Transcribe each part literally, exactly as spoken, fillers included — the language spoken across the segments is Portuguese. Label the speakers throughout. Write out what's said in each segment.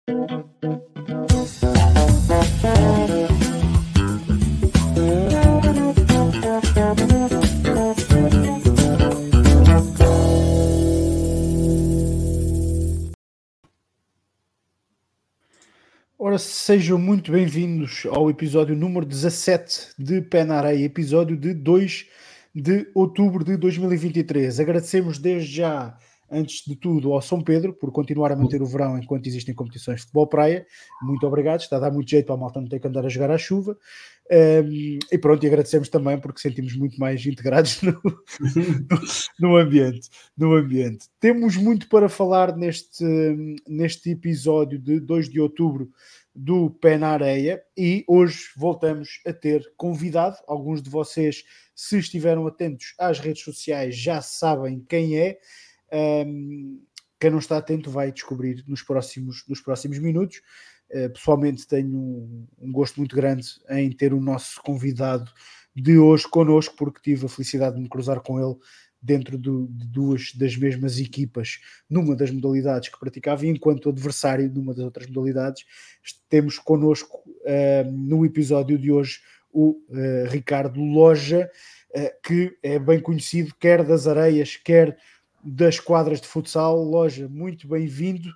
Speaker 1: Ora, sejam muito bem-vindos ao episódio número dezassete de Pé na Areia, episódio de dois de outubro de dois mil e vinte e três. Agradecemos desde já, antes de tudo, ao São Pedro por continuar a manter o verão enquanto existem competições de futebol praia. Muito obrigado, está a dar muito jeito para a malta não ter que andar a jogar à chuva. Um, e pronto, e agradecemos também porque sentimos muito mais integrados no, no, no, ambiente, no ambiente. Temos muito para falar neste, neste episódio de dois de outubro do Pé na Areia e hoje voltamos a ter convidado. Alguns de vocês, se estiveram atentos às redes sociais, já sabem quem é. Um, quem não está atento vai descobrir nos próximos, nos próximos minutos. Uh, pessoalmente tenho um, um gosto muito grande em ter o nosso convidado de hoje connosco, porque tive a felicidade de me cruzar com ele dentro do, de duas das mesmas equipas, numa das modalidades que praticava, e enquanto adversário numa das outras modalidades. Temos connosco uh, no episódio de hoje o uh, Ricardo Loja, uh, que é bem conhecido quer das areias, quer das quadras de futsal. Loja, muito bem-vindo.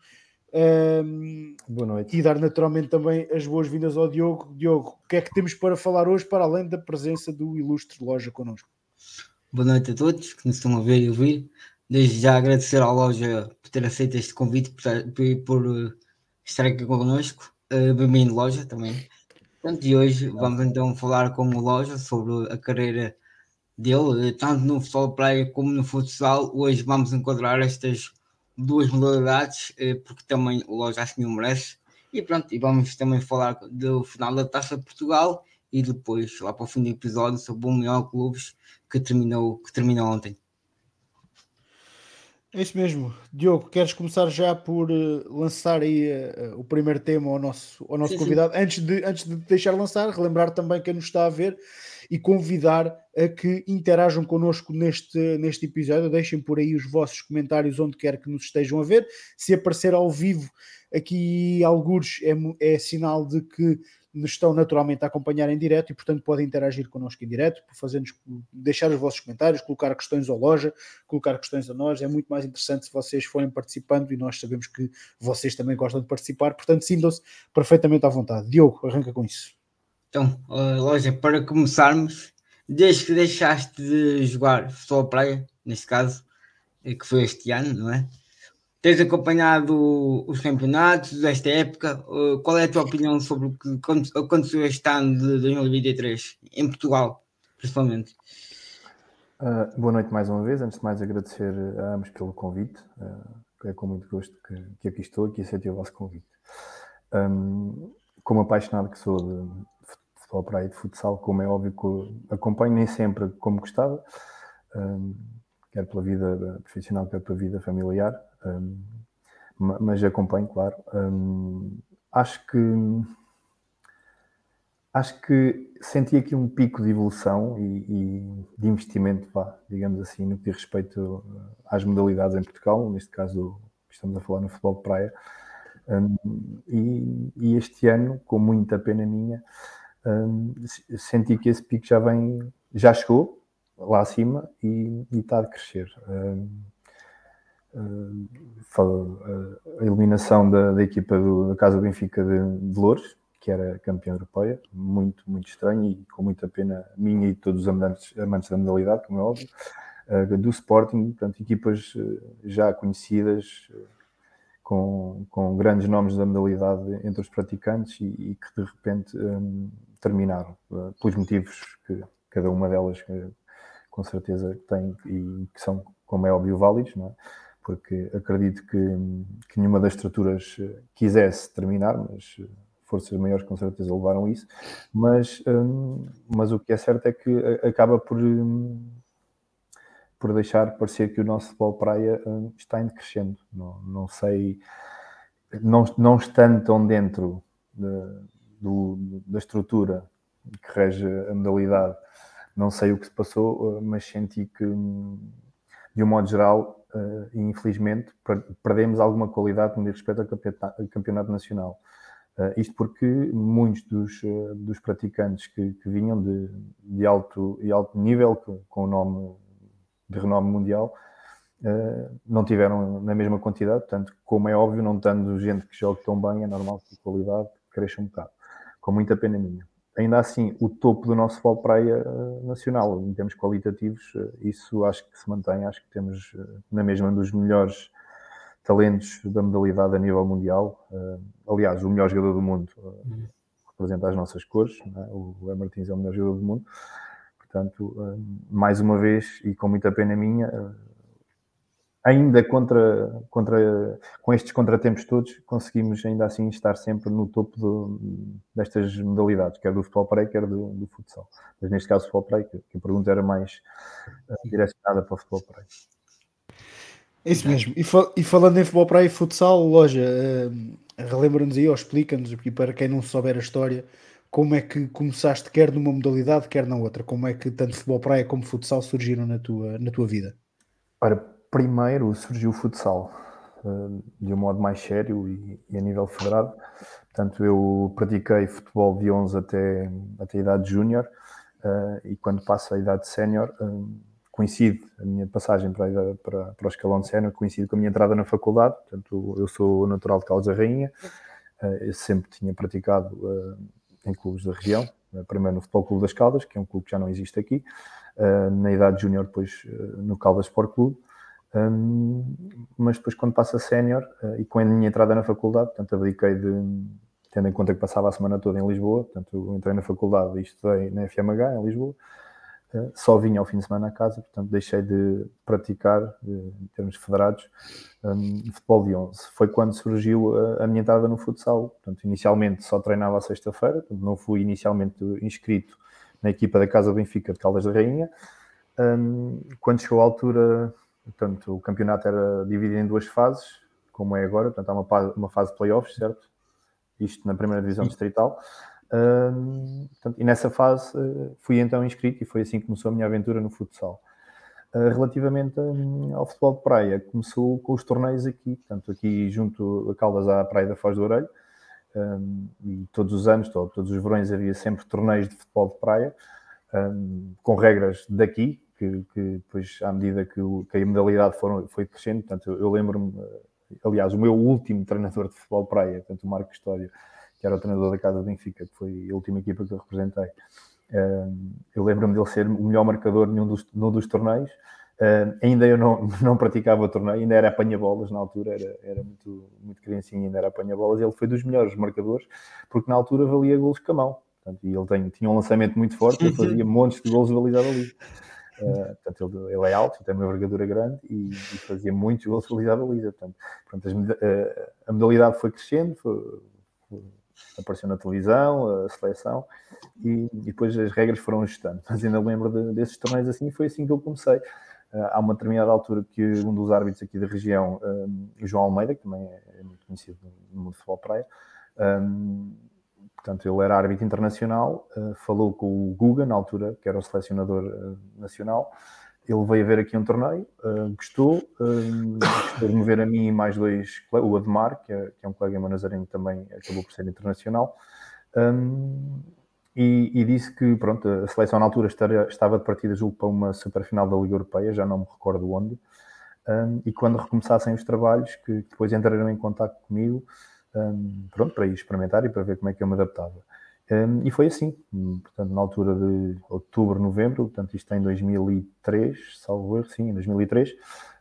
Speaker 1: Um,
Speaker 2: Boa noite.
Speaker 1: E dar naturalmente também as boas-vindas ao Diogo. Diogo, o que é que temos para falar hoje, para além da presença do ilustre Loja connosco?
Speaker 3: Boa noite a todos que nos estão a ver e ouvir. Desde já agradecer à Loja por ter aceito este convite, por, por, por estar aqui connosco. Uh, Bem-vindo, Loja, também. Portanto, e hoje vamos então falar com o Loja sobre a carreira dele, tanto no futebol praia como no futsal. Hoje vamos enquadrar estas duas modalidades, porque também o Loja acho que não merece. E pronto, e vamos também falar do final da Taça de Portugal e depois, lá para o fim do episódio, sobre o melhor clubes que terminou, que terminou ontem.
Speaker 1: É isso mesmo. Diogo, queres começar já por uh, lançar aí uh, o primeiro tema ao nosso, ao nosso sim, convidado? Sim. Antes de, antes de deixar lançar, relembrar também quem nos está a ver e convidar a que interajam connosco neste, neste episódio. Deixem por aí os vossos comentários onde quer que nos estejam a ver. Se aparecer ao vivo aqui algures, é, é sinal de que nos estão naturalmente a acompanhar em direto e, portanto, podem interagir connosco em direto, fazendo, deixar os vossos comentários, colocar questões ao Loja, colocar questões a nós. É muito mais interessante se vocês forem participando e nós sabemos que vocês também gostam de participar, portanto, sintam-se perfeitamente à vontade. Diogo, arranca com isso.
Speaker 3: Então, uh, Loja, para começarmos, desde que deixaste de jogar futebol praia, neste caso, que foi este ano, não é? Tens acompanhado os campeonatos desta época? Qual é a tua opinião sobre o que aconteceu este ano de dois mil e vinte e três, em Portugal, principalmente?
Speaker 2: Uh, boa noite mais uma vez. Antes de mais, agradecer a ambos pelo convite. Uh, é com muito gosto que, que aqui estou, aqui aceitei o vosso convite. Um, como apaixonado que sou de futebol praia e de futsal, como é óbvio que acompanho nem sempre como gostava, um, quer pela vida profissional, quer pela vida familiar. Um, mas acompanho, claro. Um, acho que acho que senti aqui um pico de evolução e, e de investimento, vá, digamos assim, no que diz respeito às modalidades em Portugal, neste caso estamos a falar no futebol de praia. Um, e, e este ano, com muita pena minha, um, senti que esse pico já vem, já chegou lá acima e, e está a crescer. Um, Uh, a eliminação da, da equipa do, da Casa Benfica de, de Loures, que era campeã europeia, muito, muito estranho e com muita pena minha e de todos os amantes, amantes da modalidade, como é óbvio, uh, do Sporting, portanto, equipas uh, já conhecidas, uh, com, com grandes nomes da modalidade entre os praticantes e, e que de repente um, terminaram, uh, pelos motivos que cada uma delas uh, com certeza tem e que são, como é óbvio, válidos, não é? Porque acredito que, que nenhuma das estruturas quisesse terminar, mas forças maiores com certeza levaram isso. Mas, um, mas o que é certo é que acaba por, um, por deixar parecer que o nosso futebol praia um, está indo crescendo. Não, não sei, não, não estando tão dentro de, do, da estrutura que rege a modalidade, não sei o que se passou, mas senti que, de um modo geral, uh, e infelizmente per- perdemos alguma qualidade no que diz respeito ao campeonato, ao campeonato nacional. Uh, isto porque muitos dos, uh, dos praticantes que, que vinham de, de, alto, de alto nível, com, com o nome de renome mundial, uh, não tiveram na mesma quantidade, portanto, como é óbvio, não tendo gente que jogue tão bem, é normal que a qualidade cresça um bocado, com muita pena minha. Ainda assim, o topo do nosso futebol praia uh, nacional, em termos qualitativos, uh, isso acho que se mantém, acho que temos uh, na mesma um dos melhores talentos da modalidade a nível mundial. Uh, aliás, o melhor jogador do mundo uh, representa as nossas cores, não é? O Léo Martins é o melhor jogador do mundo. Portanto, uh, mais uma vez, e com muita pena minha, uh, ainda contra, contra, com estes contratempos todos, conseguimos ainda assim estar sempre no topo do, destas modalidades, quer do futebol praia, quer do, do futsal. Mas neste caso, o futebol praia, que, que a pergunta era mais uh, direcionada para o futebol praia.
Speaker 1: É isso mesmo. E, fal- e falando em futebol praia e futsal, loja, uh, relembra-nos aí ou explica-nos, aqui para quem não souber a história, como é que começaste, quer numa modalidade, quer na outra. Como é que tanto futebol praia como futsal surgiram na tua, na tua vida?
Speaker 2: Ora, primeiro surgiu o futsal, uh, de um modo mais sério e, e a nível federado. Portanto, eu pratiquei futebol de onze até, até a idade júnior, uh, e quando passo a idade sénior, uh, coincide a minha passagem para, a, para, para o escalão de sénior, coincide com a minha entrada na faculdade. Portanto, eu sou natural de Caldas da Rainha, uh, eu sempre tinha praticado uh, em clubes da região, uh, primeiro no Futebol Clube das Caldas, que é um clube que já não existe aqui, uh, na idade júnior depois uh, no Caldas Sport Clube. Um, mas depois quando passa a sénior uh, e com a minha entrada na faculdade, portanto abdiquei de, tendo em conta que passava a semana toda em Lisboa, portanto eu entrei na faculdade e estudei na F M H em Lisboa, uh, só vinha ao fim de semana a casa, portanto deixei de praticar de, em termos federados um, futebol de onze. Foi quando surgiu a, a minha entrada no futsal. Portanto, inicialmente só treinava à sexta-feira, portanto, não fui inicialmente inscrito na equipa da Casa Benfica de Caldas da Rainha. Um, quando chegou a altura, portanto, o campeonato era dividido em duas fases, como é agora, portanto, há uma, uma fase de playoffs, certo? Isto na primeira divisão distrital. Um, portanto, e nessa fase uh, fui então inscrito e foi assim que começou a minha aventura no futsal. Uh, relativamente um, ao futebol de praia, começou com os torneios aqui, portanto, aqui junto a Caldas à Praia da Foz do Orelho, um, e todos os anos, todo, todos os verões havia sempre torneios de futebol de praia, um, com regras daqui, que, que depois, à medida que, o, que a modalidade foram, foi crescendo, portanto, eu, eu lembro-me, aliás, o meu último treinador de futebol de praia, portanto, o Marco Custódio, que era o treinador da Casa Benfica, que foi a última equipa que eu representei, um, eu lembro-me dele ser o melhor marcador num dos, num dos torneios. Uh, ainda eu não, não praticava o torneio, ainda era apanha-bolas na altura, era, era muito, muito criancinha, ainda era apanha-bolas. Ele foi dos melhores marcadores, porque na altura valia golos com a mão. Portanto, e ele tem, tinha um lançamento muito forte, ele fazia montes de golos de baliza a baliza. Uh, portanto, ele, ele é alto, tem uma envergadura grande e, e fazia muitos golos de baliza a baliza. Portanto, portanto as, uh, a modalidade foi crescendo, foi, foi, apareceu na televisão, a seleção, e, e depois as regras foram ajustando. Mas ainda lembro de, desses torneios assim, e foi assim que eu comecei. Uh, há uma determinada altura que um dos árbitros aqui da região, um, o João Almeida, que também é, é muito conhecido no mundo de futebol praia, um, portanto, ele era árbitro internacional, uh, falou com o Guga, na altura, que era o selecionador uh, nacional. Ele veio ver aqui um torneio, uh, gostou, um, gostou de me ver a mim e mais dois, o Ademar, que é, que é um colega manazareno que também acabou por ser internacional, um, e, e disse que pronto, a seleção na altura estaria, estava de partida, julgo, para uma superfinal da Liga Europeia, já não me recordo onde, um, e quando recomeçassem os trabalhos, que depois entraram em contato comigo, Um, pronto, para ir experimentar e para ver como é que eu me adaptava. Um, e foi assim, portanto, na altura de outubro, novembro, portanto, isto em dois mil e três, salvo erro, sim, em dois mil e três,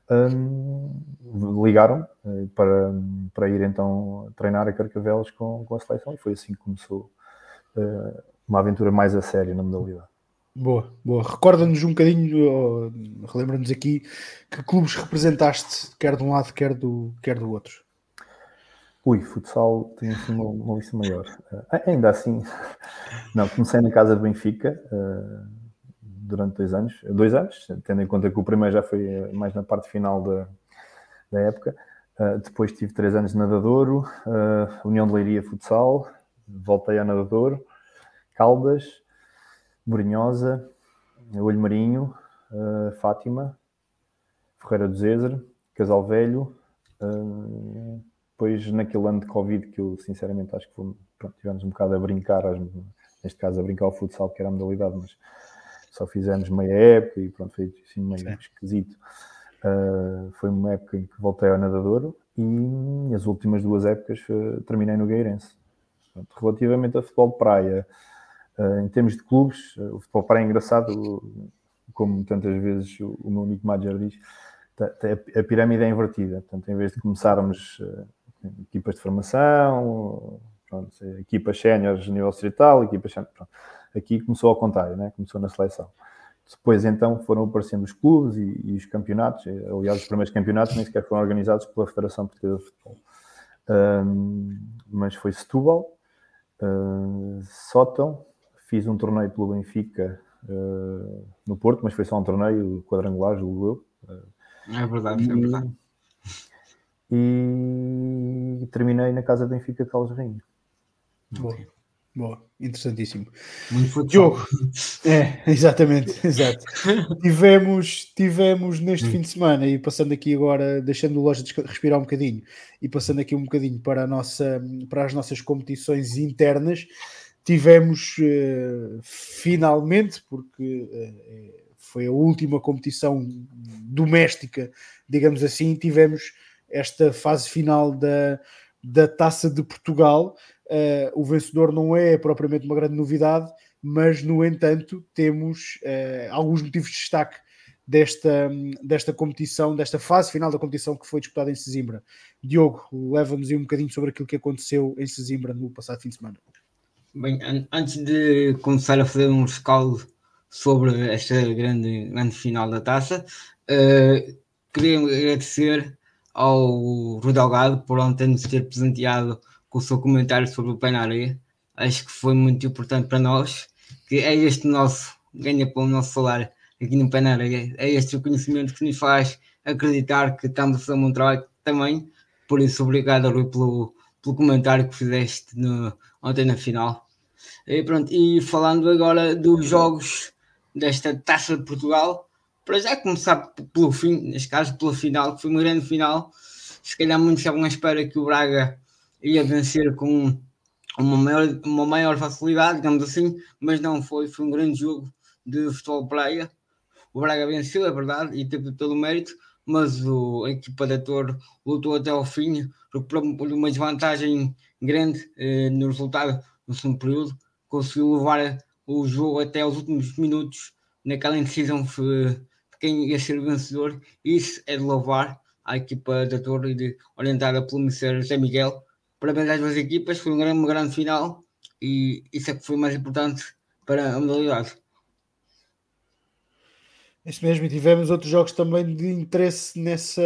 Speaker 2: um, ligaram uh, para, para ir então treinar a Carcavelos com, com a seleção, e foi assim que começou uh, uma aventura mais a sério na modalidade.
Speaker 1: Boa, boa. Recorda-nos um bocadinho, relembra-nos aqui, que clubes representaste, quer de um lado, quer do, quer do outro.
Speaker 2: Ui, futsal tem assim uma, uma lista maior. Uh, ainda assim, não, comecei na Casa de Benfica uh, durante dois anos, dois anos, tendo em conta que o primeiro já foi mais na parte final da, da época. Uh, depois tive três anos de Nadadouro, uh, União de Leiria Futsal, voltei a Nadadouro, Caldas, Borinhosa, Olho Marinho, uh, Fátima, Ferreira do Zezer, Casal Velho, uh, depois naquele ano de Covid que eu sinceramente acho que foi, pronto, tivemos um bocado a brincar, neste caso a brincar ao futsal, que era a modalidade, mas só fizemos meia época e pronto, foi assim meio Sim. esquisito. Uh, foi uma época em que voltei ao Nadadouro e as últimas duas épocas uh, terminei no Gueirense. Portanto, relativamente a futebol praia, uh, em termos de clubes, uh, o futebol praia é engraçado, como tantas vezes o, o meu amigo Madger diz, a pirâmide é invertida. Portanto, em vez de começarmos uh, equipas de formação, pronto, equipas séniores de nível distrital, equipas séniores, pronto. Aqui começou ao contrário, né? Começou na seleção. Depois, então, foram aparecendo os clubes e, e os campeonatos. Aliás, os primeiros campeonatos nem sequer foram organizados pela Federação Portuguesa de Futebol. Um, mas foi Setúbal, uh, Sótão, fiz um torneio pelo Benfica uh, no Porto, mas foi só um torneio quadrangular, julgo eu.
Speaker 3: Uh, é verdade, e, é verdade.
Speaker 2: E terminei na Casa do Benfica de Caldas Rainha.
Speaker 1: Boa. Boa, interessantíssimo.
Speaker 3: Muito
Speaker 1: Diogo, é, exatamente, exato. Tivemos, tivemos neste hum. fim de semana, e passando aqui agora, deixando o Loja respirar um bocadinho, e passando aqui um bocadinho para, a nossa, para as nossas competições internas, tivemos uh, finalmente, porque uh, foi a última competição doméstica, digamos assim, tivemos esta fase final da, da Taça de Portugal. Uh, o vencedor não é propriamente uma grande novidade, mas, no entanto, temos uh, alguns motivos de destaque desta, desta competição, desta fase final da competição que foi disputada em Sesimbra. Diogo, leva-nos aí um bocadinho sobre aquilo que aconteceu em Sesimbra no passado fim de semana.
Speaker 3: Bem, an- antes de começar a fazer um rescaldo sobre esta grande, grande final da taça, uh, queria agradecer ao Rui Delgado por ontem nos ter presenteado com o seu comentário sobre o Pé na Areia. Acho que foi muito importante para nós, que é este nosso ganha-pão, o nosso salário aqui no Pé na Areia. É este o conhecimento que nos faz acreditar que estamos a fazer um bom trabalho também. Por isso, obrigado, Rui, pelo, pelo comentário que fizeste no, ontem na final. E, pronto, e falando agora dos jogos desta Taça de Portugal, para já começar pelo fim, neste caso pela final, que foi uma grande final. Se calhar muitos estavam à espera que o Braga ia vencer com uma maior, uma maior facilidade, digamos assim, mas não foi, foi um grande jogo de futebol praia. O Braga venceu, é verdade, e teve todo o mérito, mas o, a equipa da Torre lutou até ao fim, recuperou uma desvantagem grande eh, no resultado no segundo período, conseguiu levar o jogo até os últimos minutos naquela indecisão de quem ia ser o vencedor. Isso é de louvar à equipa da Torre, de, orientada pelo Mister José Miguel. Parabéns às duas equipas, foi uma grande, uma grande final e isso é que foi mais importante para a modalidade.
Speaker 1: Isso mesmo, e tivemos outros jogos também de interesse nessa,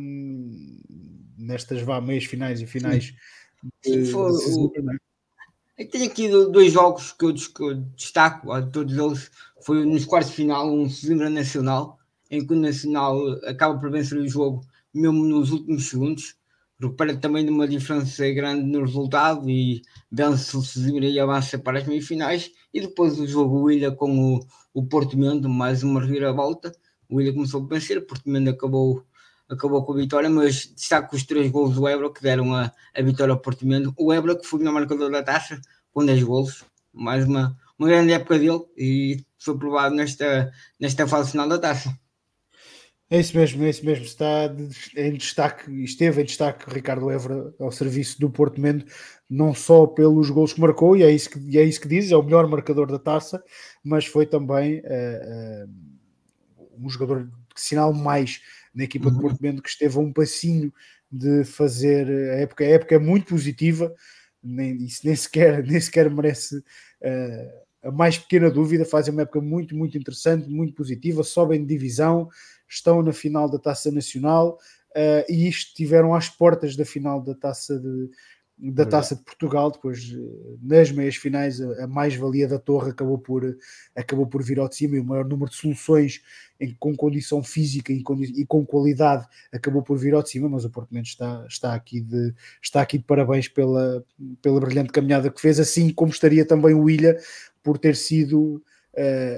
Speaker 1: nestas vá, meias finais e finais.
Speaker 3: Sim, de, foi de o... Eu tenho aqui dois jogos que eu, que eu destaco, todos eles. Foi nos quartos de final, um Sesimbra Nacional, em que o Nacional acaba por vencer o jogo mesmo nos últimos segundos. Recupera também de uma diferença grande no resultado e vence o Sesimbra e avança para as meias-finais. E depois o jogo o Ilha com o, o Porto Mendo, mais uma reviravolta. O Ilha começou a vencer, o Porto Mendo acabou, acabou com a vitória, mas destaco os três golos do Évora que deram a, a vitória ao Porto Mendo. O Évora, que foi o melhor marcador da taça, com dez golos, mais uma, uma grande época dele e foi provado nesta, nesta fase final da taça.
Speaker 1: É isso mesmo, é isso mesmo. Está em destaque, esteve em destaque Ricardo Évora ao serviço do Porto Mendo, não só pelos gols que marcou, e é isso que, e é isso que diz, é o melhor marcador da taça, mas foi também uh, uh, um jogador que sinal mais na equipa uhum. do Porto Mendo, que esteve a um passinho de fazer a época. A época é muito positiva, nem, isso nem sequer, nem sequer merece uh, a mais pequena dúvida. Fazem uma época muito, muito interessante, muito positiva, sobem de divisão, estão na final da Taça Nacional uh, e estiveram às portas da final da Taça de, da Taça de Portugal. Depois, uh, nas meias finais, a, a mais-valia da Torre acabou por, acabou por vir ao de cima, e o maior número de soluções em, com condição física e, condi- e com qualidade acabou por vir ao de cima, mas o Porto Mendo está, está, aqui de, está aqui de parabéns pela, pela brilhante caminhada que fez, assim como estaria também o Ilha por ter sido... Uh,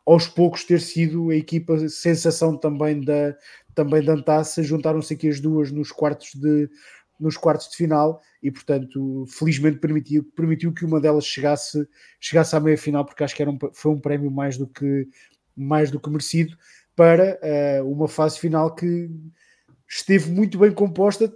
Speaker 1: aos poucos ter sido a equipa sensação também da, também da taça. Juntaram-se aqui as duas nos quartos de, nos quartos de final e, portanto, felizmente permitiu, permitiu que uma delas chegasse, chegasse à meia-final, porque acho que era um, foi um prémio mais do que, mais do que merecido para uh, uma fase final que esteve muito bem composta.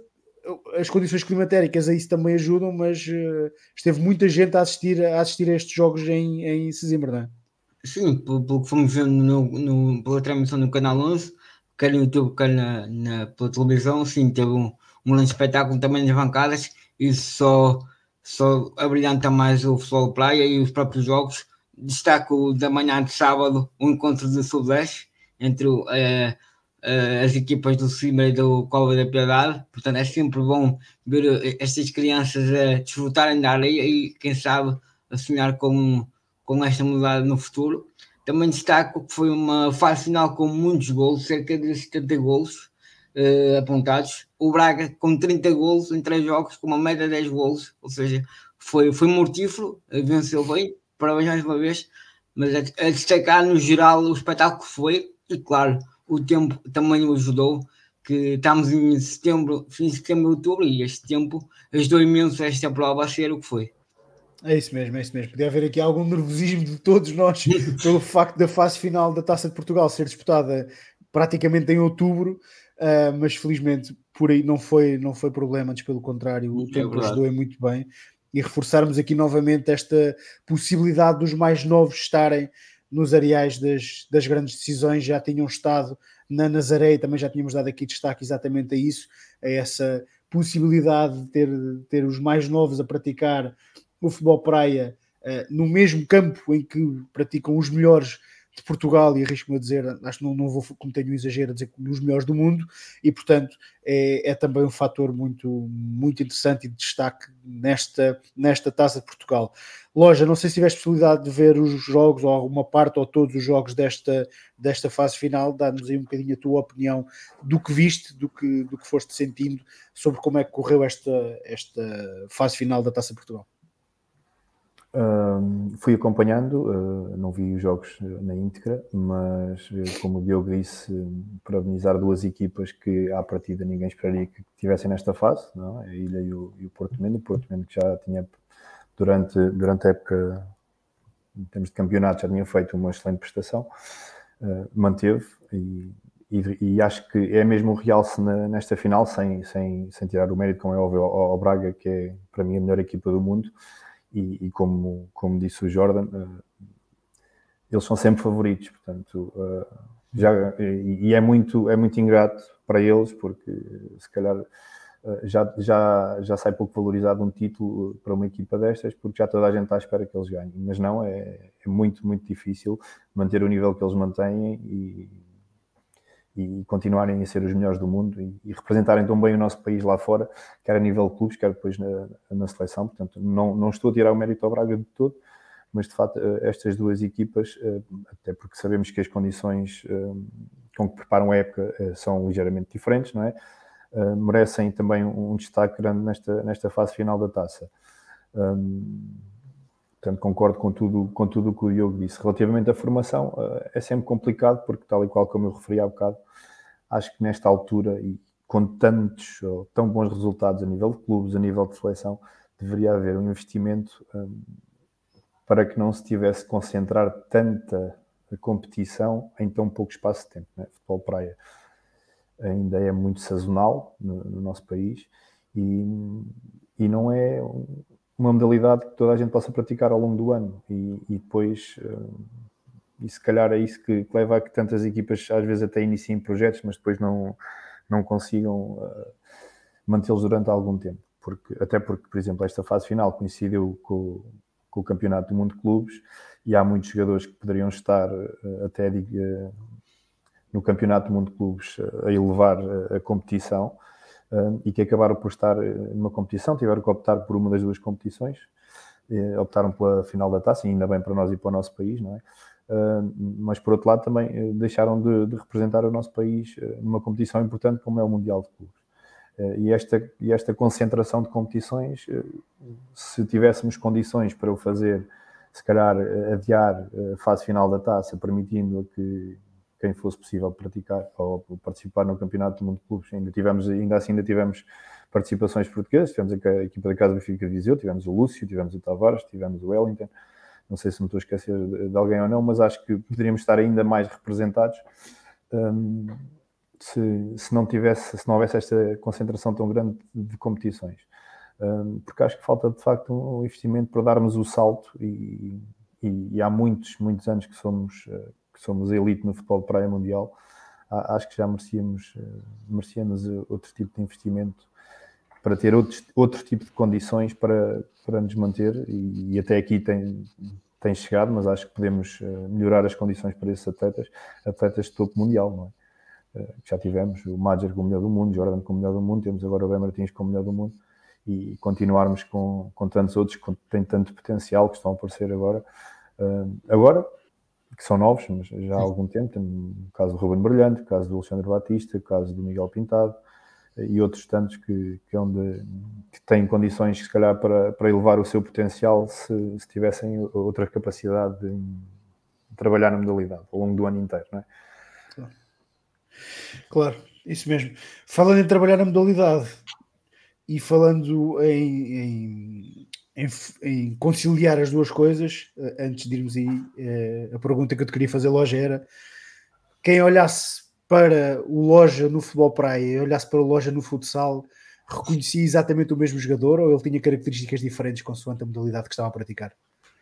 Speaker 1: As condições climatéricas a isso também ajudam, mas uh, esteve muita gente a assistir a, assistir a estes jogos em, em Sesimbra, não é?
Speaker 3: Sim, pelo, pelo que fomos vendo no, no, pela transmissão no Canal onze, quer no YouTube, quer na, na, pela televisão, sim, teve um, um grande espetáculo também nas bancadas, isso só, só abrilhanta mais o futebol de praia e os próprios jogos. Destaco da manhã de sábado o encontro de Sudeste entre uh, uh, as equipas do Cima e do Cova da Piedade, portanto é sempre bom ver estas crianças a desfrutarem da areia e quem sabe a sonhar com com esta mudada no futuro. Também destaco que foi uma fase final com muitos golos, cerca de setenta golos uh, apontados. O Braga com trinta golos em três jogos, com uma média de dez golos, ou seja, foi, foi mortífero, venceu bem, parabéns mais uma vez, mas a, a destacar no geral o espetáculo que foi, e claro, o tempo também o ajudou, que estamos em setembro, fim de setembro, outubro, e este tempo ajudou imenso esta prova a ser o que foi.
Speaker 1: É isso mesmo, é isso mesmo. Podia haver aqui algum nervosismo de todos nós pelo facto da fase final da Taça de Portugal ser disputada praticamente em outubro, uh, mas felizmente por aí não foi, não foi problema, antes pelo contrário, o
Speaker 3: É
Speaker 1: tempo
Speaker 3: verdade.
Speaker 1: ajudou muito bem. E reforçarmos aqui novamente esta possibilidade dos mais novos estarem nos areais das, das grandes decisões. Já tinham estado na Nazaré e também já tínhamos dado aqui destaque exatamente a isso, a essa possibilidade de ter, de ter os mais novos a praticar o futebol praia uh, no mesmo campo em que praticam os melhores de Portugal, e arrisco-me a dizer, acho que não, não vou cometer um exagero a dizer que os melhores do mundo, e portanto é, é também um fator muito, muito interessante e de destaque nesta, nesta Taça de Portugal. Loja, não sei se tiveste possibilidade de ver os jogos, ou alguma parte ou todos os jogos desta, desta fase final. Dá-nos aí um bocadinho a tua opinião do que viste, do que, do que foste sentindo sobre como é que correu esta, esta fase final da Taça de Portugal.
Speaker 2: Uh, fui acompanhando, uh, não vi os jogos na íntegra, mas uh, como o Diogo disse, uh, parabenizar duas equipas que à partida ninguém esperaria que estivessem nesta fase, não? A Ilha e o, e o Porto Mendo. O Porto Mendo que já tinha, durante, durante a época, em termos de campeonato, já tinha feito uma excelente prestação, uh, manteve, e, e, e acho que é mesmo um realce na, nesta final, sem, sem, sem tirar o mérito, como é óbvio, ao, ao Braga, que é para mim a melhor equipa do mundo. E, e como, como disse o Jordan, uh, eles são sempre favoritos, portanto, uh, já, e, e é, muito, é muito ingrato para eles, porque se calhar uh, já, já, já sai pouco valorizado um título para uma equipa destas, porque já toda a gente está à espera que eles ganhem, mas não, é, é muito, muito difícil manter o nível que eles mantêm e, e continuarem a ser os melhores do mundo e, e representarem tão bem o nosso país lá fora, quer a nível de clubes, quer depois na, na seleção. Portanto, não, não estou a tirar o mérito ao Braga de todo, mas de facto estas duas equipas, até porque sabemos que as condições com que preparam a época são ligeiramente diferentes, não é? Merecem também um destaque grande nesta, nesta fase final da taça. Portanto, concordo com tudo, com tudo o que o Diogo disse. Relativamente à formação, é sempre complicado, porque tal e qual como eu referi há bocado, acho que nesta altura, e com tantos ou tão bons resultados a nível de clubes, a nível de seleção, deveria haver um investimento um, para que não se tivesse que concentrar tanta competição em tão pouco espaço de tempo, né? Futebol praia ainda é muito sazonal no, no nosso país e, e não é uma modalidade que toda a gente possa praticar ao longo do ano e, e depois uh, e se calhar é isso que, que leva a que tantas equipas às vezes até iniciem projetos, mas depois não, não consigam uh, mantê-los durante algum tempo, porque, até porque, por exemplo, esta fase final coincidiu com, com o Campeonato do Mundo de Clubes e há muitos jogadores que poderiam estar uh, até uh, no Campeonato do Mundo de Clubes uh, a elevar uh, a competição uh, e que acabaram por estar numa competição, tiveram que optar por uma das duas competições, uh, optaram pela final da taça, e ainda bem para nós e para o nosso país, não é? Uh, mas por outro lado também uh, deixaram de, de representar o nosso país uh, numa competição importante como é o Mundial de Clubes. Uh, e, esta, e esta concentração de competições, uh, se tivéssemos condições para o fazer se calhar adiar a fase final da taça, permitindo que quem fosse possível praticar ou participar no Campeonato do Mundo de Clubes. Ainda, tivemos, ainda assim ainda tivemos participações portuguesas, tivemos a equipa da Casa do Benfica de Viseu, tivemos o Lúcio, tivemos o Tavares, tivemos o Wellington. Não sei se me estou a esquecer de alguém ou não, mas acho que poderíamos estar ainda mais representados um, se, se, não tivesse, se não houvesse esta concentração tão grande de competições. Um, porque acho que falta, de facto, um investimento para darmos o salto e, e, e há muitos, muitos anos que somos, que somos elite no futebol de praia mundial. Acho que já merecíamos, merecíamos outro tipo de investimento para ter outros, outro tipo de condições para, para nos manter e, e até aqui tem, tem chegado, mas acho que podemos melhorar as condições para esses atletas, atletas de topo mundial, não é? Já tivemos o Madger como melhor do mundo, Jordan como melhor do mundo, temos agora o Ben Martins como melhor do mundo e continuarmos com, com tantos outros que têm tanto potencial que estão a aparecer agora. Agora, que são novos, mas já há algum tempo, tem o caso do Ruben Brilhante, o caso do Alexandre Batista, o caso do Miguel Pintado, e outros tantos que, que, onde, que têm condições, se calhar, para, para elevar o seu potencial se, se tivessem outra capacidade de, de trabalhar na modalidade ao longo do ano inteiro, não é?
Speaker 1: Claro. Claro, isso mesmo. Falando em trabalhar na modalidade e falando em, em, em, em conciliar as duas coisas, antes de irmos aí, a pergunta que eu te queria fazer, Loja, era quem olhasse para o Loja no futebol praia e olhasse para o Loja no futsal, reconhecia exatamente o mesmo jogador ou ele tinha características diferentes consoante a modalidade que estava a praticar?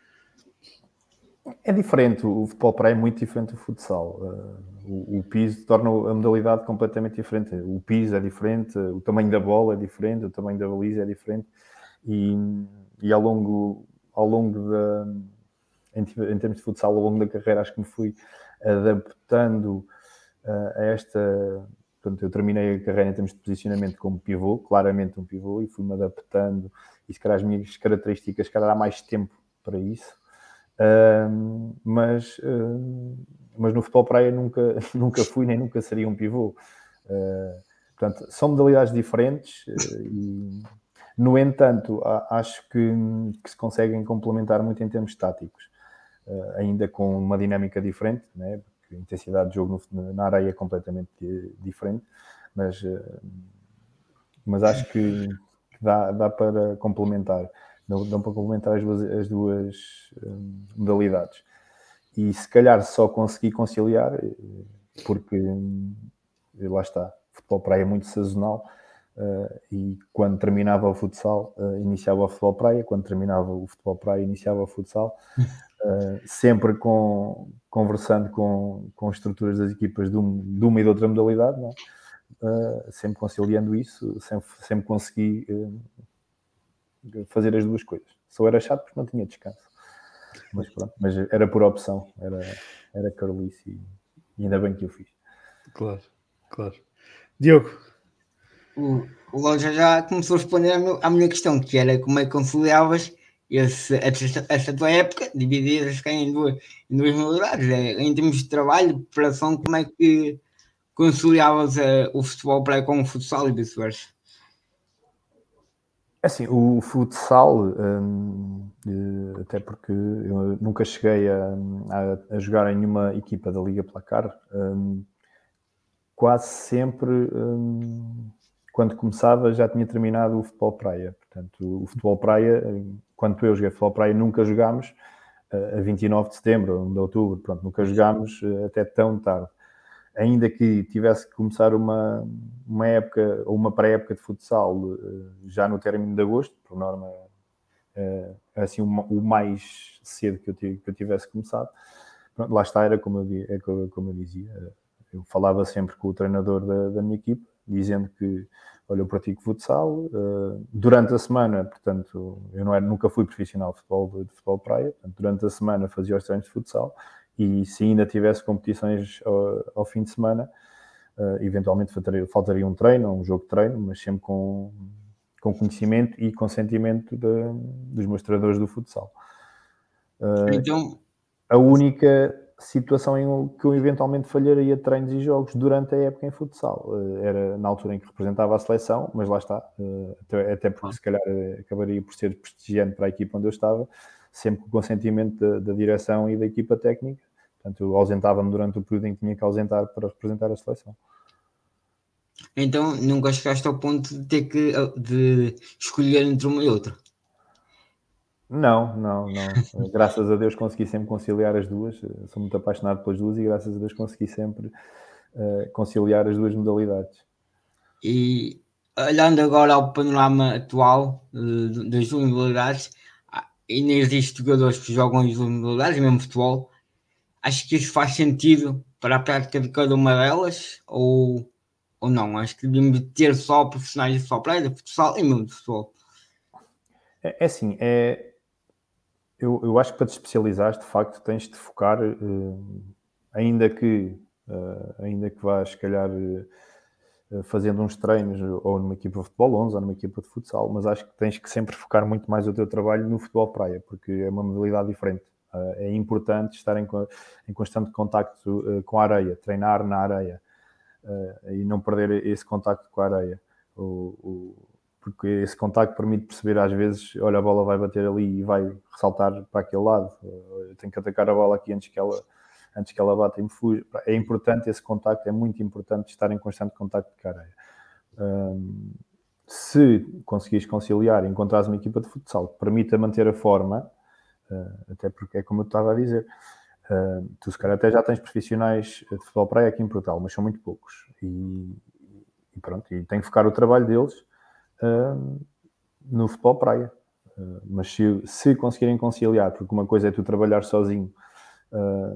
Speaker 2: É diferente, o futebol praia é muito diferente do futsal. O, o piso torna a modalidade completamente diferente. O piso é diferente, o tamanho da bola é diferente, o tamanho da baliza é diferente e, e ao longo, ao longo da, em, em termos de futsal, ao longo da carreira, acho que me fui adaptando a esta. Portanto, eu terminei a carreira em termos de posicionamento como pivô, claramente um pivô, e fui-me adaptando, e se calhar as minhas características, se calhar há mais tempo para isso, uh, mas, uh, mas no futebol praia nunca, nunca fui, nem nunca seria um pivô. Uh, portanto, são modalidades diferentes, uh, e, no entanto, acho que, que se conseguem complementar muito em termos táticos, uh, ainda com uma dinâmica diferente, né? A intensidade de jogo no, na areia é completamente diferente, mas, mas acho que dá, dá para complementar, dá para complementar as duas, as duas um, modalidades. E se calhar só consegui conciliar, porque lá está, o futebol praia é muito sazonal, uh, e quando terminava o futsal, uh, iniciava o futebol praia, quando terminava o futebol praia, iniciava o futsal. Uh, sempre com, conversando com, com estruturas das equipas de, um, de uma e de outra modalidade, não é? Uh, sempre conciliando isso, sempre, sempre consegui uh, fazer as duas coisas. Só era chato porque não tinha descanso, mas pronto, mas era por opção, era, era carolice e, e ainda bem que eu fiz.
Speaker 1: Claro, claro. Diogo?
Speaker 3: O, o Loja já começou a responder à minha, à minha questão, que era como é que conciliavas esse, essa, essa tua época, divididas em duas, em duas modalidades, é, em termos de trabalho, de preparação, como é que conciliavas uh, o futebol para com o futsal e vice-versa?
Speaker 2: Assim, o futsal, hum, até porque eu nunca cheguei a, a, a jogar em nenhuma equipa da Liga Placar, hum, quase sempre, hum, quando começava, já tinha terminado o futebol praia. Portanto, o futebol praia, quando eu joguei futebol praia, nunca jogámos a vinte e nove de setembro, um de outubro, pronto, nunca jogámos até tão tarde. Ainda que tivesse que começar uma, uma época ou uma pré-época de futsal já no término de agosto, por norma, é assim o mais cedo que eu, que eu tivesse começado. Pronto, lá está, era como eu, é como eu dizia, eu falava sempre com o treinador da, da minha equipe, dizendo que, olha, eu pratico futsal, uh, durante a semana, portanto, eu não era, nunca fui profissional de futebol, de futebol praia, portanto, durante a semana fazia os treinos de futsal, e se ainda tivesse competições ao, ao fim de semana, uh, eventualmente faltaria, faltaria um treino, um jogo de treino, mas sempre com, com conhecimento e consentimento de, dos meus treinadores do futsal. Uh,
Speaker 3: então,
Speaker 2: a única situação em que eu eventualmente falharia treinos e jogos durante a época em futsal era na altura em que representava a seleção, mas lá está, até, até porque se calhar acabaria por ser prestigiante para a equipa onde eu estava, sempre com o consentimento da, da direção e da equipa técnica. Portanto, eu ausentava-me durante o período em que tinha que ausentar para representar a seleção.
Speaker 3: Então nunca chegaste ao ponto de ter que de escolher entre uma e outra?
Speaker 2: Não, não, não. Graças a Deus consegui sempre conciliar as duas. Sou muito apaixonado pelas duas e graças a Deus consegui sempre uh, conciliar as duas modalidades.
Speaker 3: E olhando agora ao panorama atual uh, das duas modalidades, ainda existem jogadores que jogam as duas modalidades, mesmo futebol. Acho que isso faz sentido para a prática de cada uma delas ou, ou não? Acho que devíamos ter só profissionais de futebol praia, de futsal e mesmo de futebol.
Speaker 2: É, é assim, é, eu, eu acho que para te especializares, de facto, tens de focar, uh, ainda que uh, ainda que vás, se calhar, uh, fazendo uns treinos ou numa equipa de futebol onze ou numa equipa de futsal, mas acho que tens que sempre focar muito mais o teu trabalho no futebol praia, porque é uma modalidade diferente. Uh, é importante estar em, em constante contacto uh, com a areia, treinar na areia uh, e não perder esse contacto com a areia. O, o, porque esse contacto permite perceber às vezes, olha, a bola vai bater ali e vai ressaltar para aquele lado, eu tenho que atacar a bola aqui antes que ela, antes que ela bata e me fuja. É importante esse contacto, é muito importante estar em constante contacto com a areia. Um, se conseguires conciliar e encontrares uma equipa de futsal que permita manter a forma, uh, até porque é como eu estava a dizer, uh, tu se calhar até já tens profissionais de futebol praia aqui em Portugal, mas são muito poucos e, e pronto, e tem que focar o trabalho deles Uh, no futebol praia, uh, mas se, se conseguirem conciliar, porque uma coisa é tu trabalhar sozinho, uh,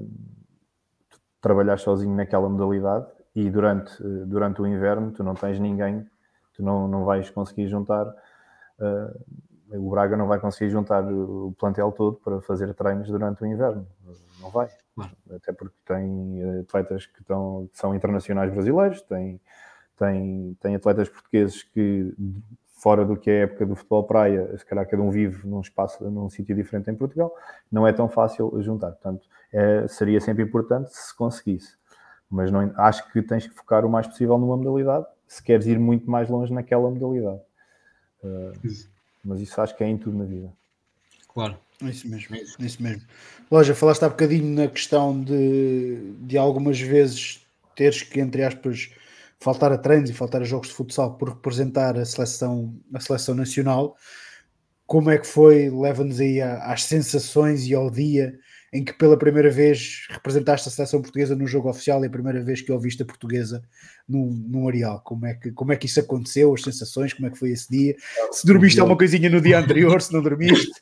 Speaker 2: tu trabalhar sozinho naquela modalidade e durante, uh, durante o inverno tu não tens ninguém, tu não, não vais conseguir juntar, uh, o Braga não vai conseguir juntar o plantel todo para fazer treinos durante o inverno, não vai, até porque tem atletas que, estão, que são internacionais brasileiros, tem Tem, tem atletas portugueses que, fora do que é a época do futebol praia, se calhar cada um vive num espaço, num sítio diferente em Portugal, não é tão fácil juntar. Portanto, é, seria sempre importante se conseguisse. Mas não, acho que tens que focar o mais possível numa modalidade, se queres ir muito mais longe naquela modalidade. Uh, mas isso acho que é em tudo na vida.
Speaker 3: Claro.
Speaker 1: É isso mesmo, é isso mesmo. Loja, falaste há bocadinho na questão de, de algumas vezes teres que, entre aspas, faltar a treinos e faltar a jogos de futsal por representar a seleção, a seleção nacional. Como é que foi? Leva-nos aí às sensações e ao dia em que pela primeira vez representaste a seleção portuguesa no jogo oficial e a primeira vez que ouviste a portuguesa num, num areal. Como é, que, como é que isso aconteceu? As sensações? Como é que foi esse dia? Se dormiste alguma coisinha no dia anterior, se não dormiste?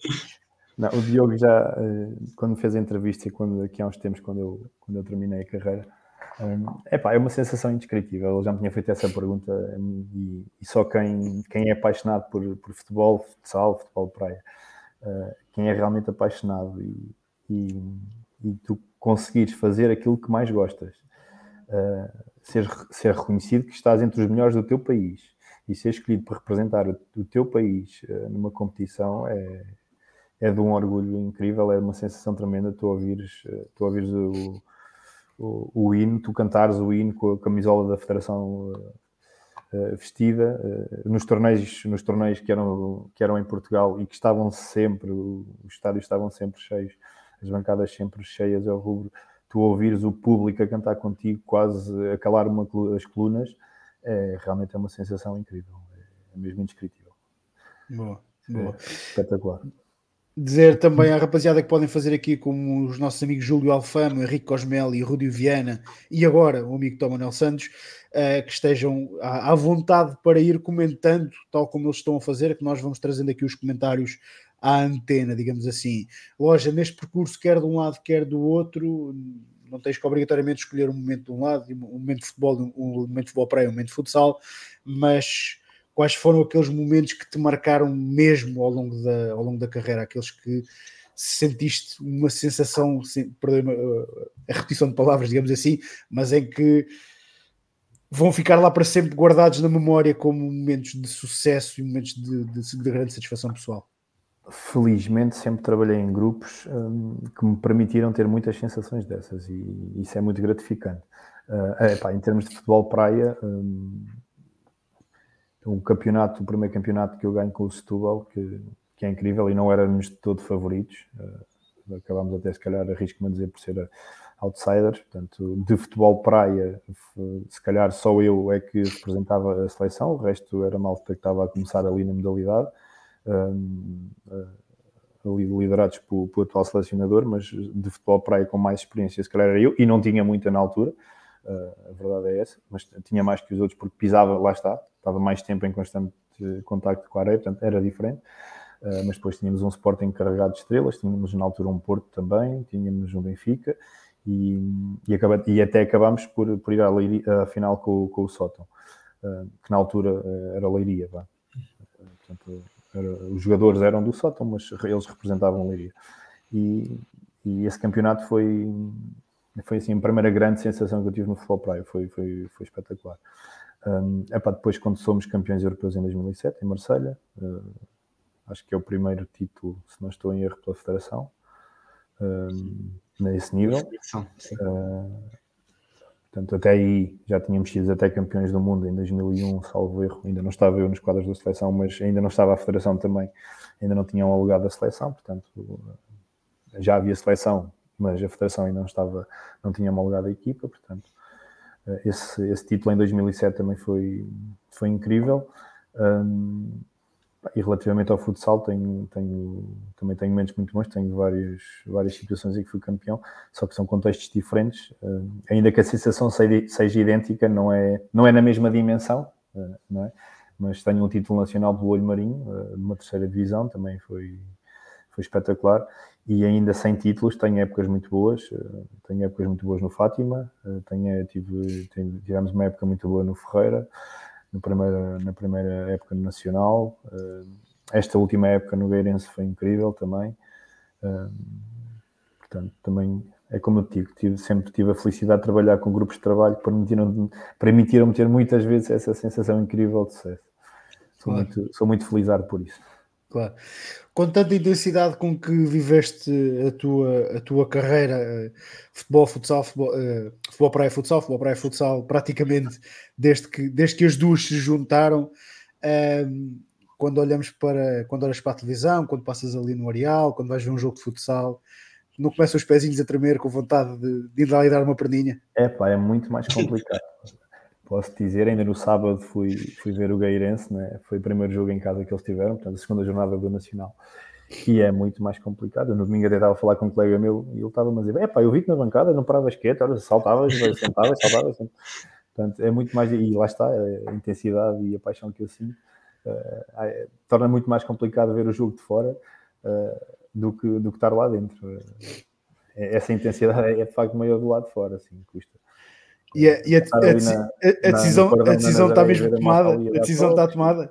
Speaker 2: Não, o Diogo já, quando fez a entrevista, quando, aqui há uns tempos, quando eu, quando eu terminei a carreira, um, epá, é uma sensação indescritível. Ele já me tinha feito essa pergunta e, e só quem, quem é apaixonado por, por futebol, futsal, futebol praia, uh, quem é realmente apaixonado e, e, e tu conseguires fazer aquilo que mais gostas, uh, ser, ser reconhecido que estás entre os melhores do teu país e ser escolhido para representar o, o teu país uh, numa competição é... é de um orgulho incrível, é uma sensação tremenda tu ouvires, tu ouvires o, o, o hino, tu cantares o hino com a camisola da Federação uh, vestida, uh, nos torneios, nos torneios que, eram, que eram em Portugal e que estavam sempre, os estádios estavam sempre cheios, as bancadas sempre cheias ao rubro, tu ouvires o público a cantar contigo, quase a calar uma, as colunas, é, realmente é uma sensação incrível, é, é mesmo indescritível.
Speaker 1: Boa, boa.
Speaker 2: É espetacular.
Speaker 1: Dizer também à rapaziada que podem fazer aqui como os nossos amigos Júlio Alfama, Henrique Cosmel e Rúdio Viana e agora o amigo Tom Manuel Santos, uh, que estejam à, à vontade para ir comentando, tal como eles estão a fazer, que nós vamos trazendo aqui os comentários à antena, digamos assim. Loja, neste percurso, quer de um lado, quer do outro, não tens que obrigatoriamente escolher um momento de um lado, um momento de futebol, um momento de futebol praia, um momento de futsal, mas... quais foram aqueles momentos que te marcaram mesmo ao longo da, ao longo da carreira, aqueles que sentiste uma sensação, perdão a repetição de palavras, digamos assim, mas em que vão ficar lá para sempre guardados na memória como momentos de sucesso e momentos de, de, de grande satisfação pessoal?
Speaker 2: Felizmente sempre trabalhei em grupos um, que me permitiram ter muitas sensações dessas e isso é muito gratificante. Uh, epá, em termos de futebol praia, um, o campeonato, o primeiro campeonato que eu ganho com o Setúbal, que, que é incrível, e não éramos de todo favoritos. Uh, acabámos até, se calhar, arrisco-me a dizer, por ser outsiders. Portanto, de futebol praia, se calhar só eu é que representava a seleção, o resto era malta que estava a começar ali na modalidade, um, uh, liderados pelo, pelo atual selecionador, mas de futebol praia com mais experiência, se calhar era eu, e não tinha muita na altura, uh, a verdade é essa, mas tinha mais que os outros porque pisava, lá está, estava mais tempo em constante contacto com a areia, portanto era diferente. Uh, mas depois tínhamos um Sporting carregado de estrelas, tínhamos na altura um Porto também, tínhamos um Benfica, e, e, acaba, e até acabámos por, por ir à, Leiria, à final com, com o Sótão, uh, que na altura uh, era Leiria. Vá. Portanto, era, os jogadores eram do Sótão, mas eles representavam Leiria. E, e esse campeonato foi, foi assim, a primeira grande sensação que eu tive no futebol praia, foi, foi, foi espetacular. Um, epá, depois, quando somos campeões europeus em dois mil e sete, em Marselha, uh, acho que é o primeiro título, se não estou em erro, pela Federação, um, nesse nível. Uh, portanto, até aí já tínhamos sido até campeões do mundo em dois mil e um, salvo erro. Ainda não estava eu nos quadros da seleção, mas ainda não estava a Federação também, ainda não tinham alugado a seleção, portanto, já havia seleção, mas a Federação ainda não estava, não tinha alugado a equipa, portanto, esse, esse título em dois mil e sete também foi, foi incrível. Um, E relativamente ao futsal, tenho, tenho, também tenho momentos muito bons, tenho várias, várias situações em que fui campeão, só que são contextos diferentes, uh, ainda que a sensação seja, seja idêntica, não é, não é na mesma dimensão, uh, não é? Mas tenho um título nacional do Olho Marinho, uh, de uma terceira divisão, também foi, foi espetacular, e ainda sem títulos tenho épocas muito boas, uh, tenho épocas muito boas no Fátima, uh, tenho, tive, tive, tivemos uma época muito boa no Ferreira, No primeira, na primeira época no Nacional. Esta última época no Gueirense foi incrível também. Portanto, também é como eu digo, tive, sempre tive a felicidade de trabalhar com grupos de trabalho que permitiram, permitiram ter muitas vezes essa sensação incrível de sucesso. Sou, claro. muito, sou muito felizardo por isso.
Speaker 1: Claro. Com tanta intensidade com que viveste a tua, a tua carreira, futebol, futsal, futebol, uh, futebol praia, futsal, futebol praia, futsal, praticamente desde que, desde que as duas se juntaram, um, quando olhamos para, quando olhas para a televisão, quando passas ali no areal, quando vais ver um jogo de futsal, não começam os pezinhos a tremer com vontade de, de ir lá e dar uma perninha?
Speaker 2: É pá, é muito mais complicado. Posso dizer, ainda no sábado fui, fui ver o Gueirense, né? Foi o primeiro jogo em casa que eles tiveram, portanto, a segunda jornada do Nacional, e é muito mais complicado. Eu no domingo até estava a falar com um colega meu e ele estava a dizer: é pá, eu vi-te na bancada, não paravas quieto, olha, saltavas, sentavas, saltavas. Portanto, é muito mais, e lá está, a intensidade e a paixão que eu sinto, uh, é, torna muito mais complicado ver o jogo de fora uh, do, que, do que estar lá dentro. Uh, essa intensidade é, é de facto maior do lado de fora, assim, custa.
Speaker 1: E a, e a, a, a, na, a decisão, a decisão está mesmo tomada? A decisão está tomada?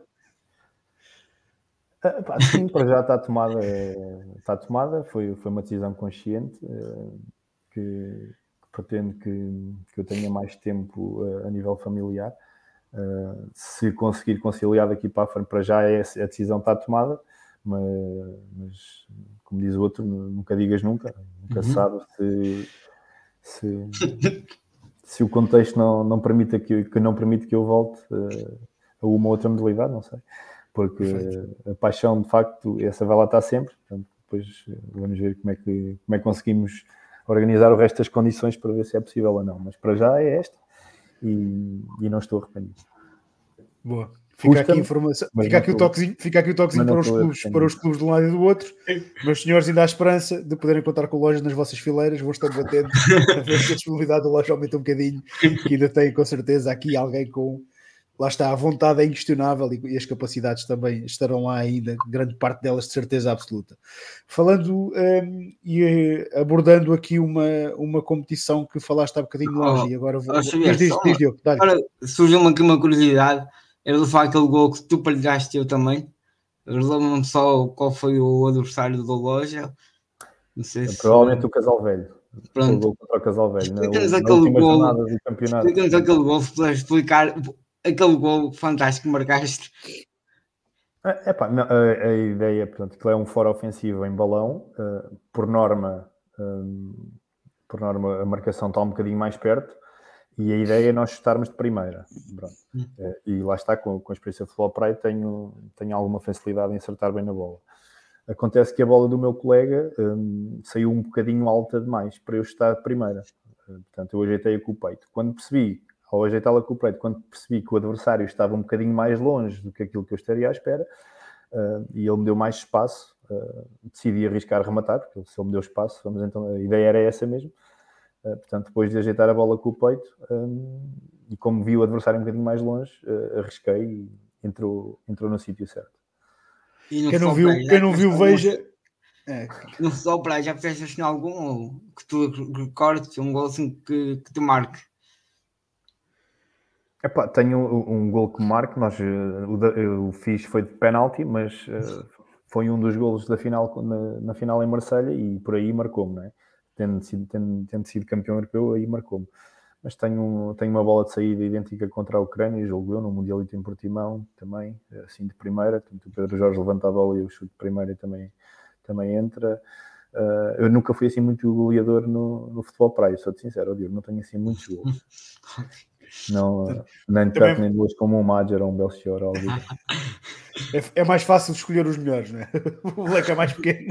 Speaker 2: Ah, pá, sim, para já está tomada. É, está tomada. Foi, foi uma decisão consciente é, que, que pretende que, que eu tenha mais tempo é, a nível familiar. É, se conseguir conciliar daqui para a frente, para já é, a decisão está tomada, mas, mas como diz o outro, nunca digas nunca. Nunca uhum. sabe se... se se o contexto não, não permite que, que não permite que eu volte uh, a uma outra modalidade, não sei. Porque uh, a paixão, de facto, essa vai lá estar sempre. Portanto, depois uh, vamos ver como é, que, como é que conseguimos organizar o resto das condições para ver se é possível ou não. Mas para já é esta e, e não estou arrependido.
Speaker 1: Boa. Fica aqui, informação, fica, aqui o toquezinho, fica aqui o toquezinho para os, clubes, para os clubes de um lado e do outro. Meus senhores, ainda há esperança de poderem contar com lojas nas vossas fileiras. Vou estar batendo a ver se a disponibilidade da loja aumenta um bocadinho, que ainda tem com certeza aqui alguém com, lá está, a vontade é inquestionável e, e as capacidades também estarão lá ainda, grande parte delas de certeza absoluta. Falando um, e abordando aqui uma, uma competição que falaste há bocadinho longe oh, e agora vou...
Speaker 3: Oh,
Speaker 1: diz, diz, diz, Diogo,
Speaker 3: agora surgiu-me aqui uma curiosidade. Era de falar aquele gol que tu partilhaste, eu também. Lembro-me só qual foi o adversário da loja. Não sei se...
Speaker 2: Provavelmente o Casal Velho. Pronto. O gol contra o Casal Velho.
Speaker 3: Explica-nos na, aquele na gol. Do campeonato. Explica-nos aquele gol, se puderes explicar aquele gol fantástico que marcaste.
Speaker 2: É, epá, não, a, a ideia, portanto, que é um fora ofensivo em balão. Uh, por norma, um, por norma, a marcação está um bocadinho mais perto. E a ideia é nós chutarmos de primeira. Pronto. E lá está, com, com a experiência de futebol praia, tenho, tenho alguma facilidade em acertar bem na bola. Acontece que a bola do meu colega um, saiu um bocadinho alta demais para eu estar de primeira. Uh, portanto, eu ajeitei-a com o peito. Quando percebi, ao ajeitá-la com o peito, quando percebi que o adversário estava um bocadinho mais longe do que aquilo que eu estaria à espera, uh, e ele me deu mais espaço, uh, decidi arriscar rematar, porque se ele me deu espaço, vamos então, a ideia era essa mesmo. Uh, portanto, depois de ajeitar a bola com o peito, um, e como vi o adversário um bocadinho mais longe, uh, arrisquei e entrou, entrou no sítio certo.
Speaker 1: Quem não viu, quem não viu veja.
Speaker 3: É. No futebol praia já fizeste assim algum ou que tu recordes, um gol assim que, que te marque?
Speaker 2: Epá, tenho um, um gol que marque, nós, o, eu fiz foi de penalti, mas uh, foi um dos golos da final, na, na final em Marselha e por aí marcou-me, não é? Tendo sido, tendo, tendo sido campeão europeu, aí marcou-me. Mas tenho, tenho uma bola de saída idêntica contra a Ucrânia, julgo eu, no Mundialito em Portimão, também, assim de primeira. Portanto, o Pedro Jorge levanta a bola e eu chuto de primeira e também, também entra. Uh, eu nunca fui assim muito goleador no, no futebol praia, sou-te sincero, Diogo, não tenho assim muitos gols. Não, nem de perto nem de duas como um Major ou um Belchior ou algo.
Speaker 1: É, é mais fácil escolher os melhores, não é? O leque é mais pequeno.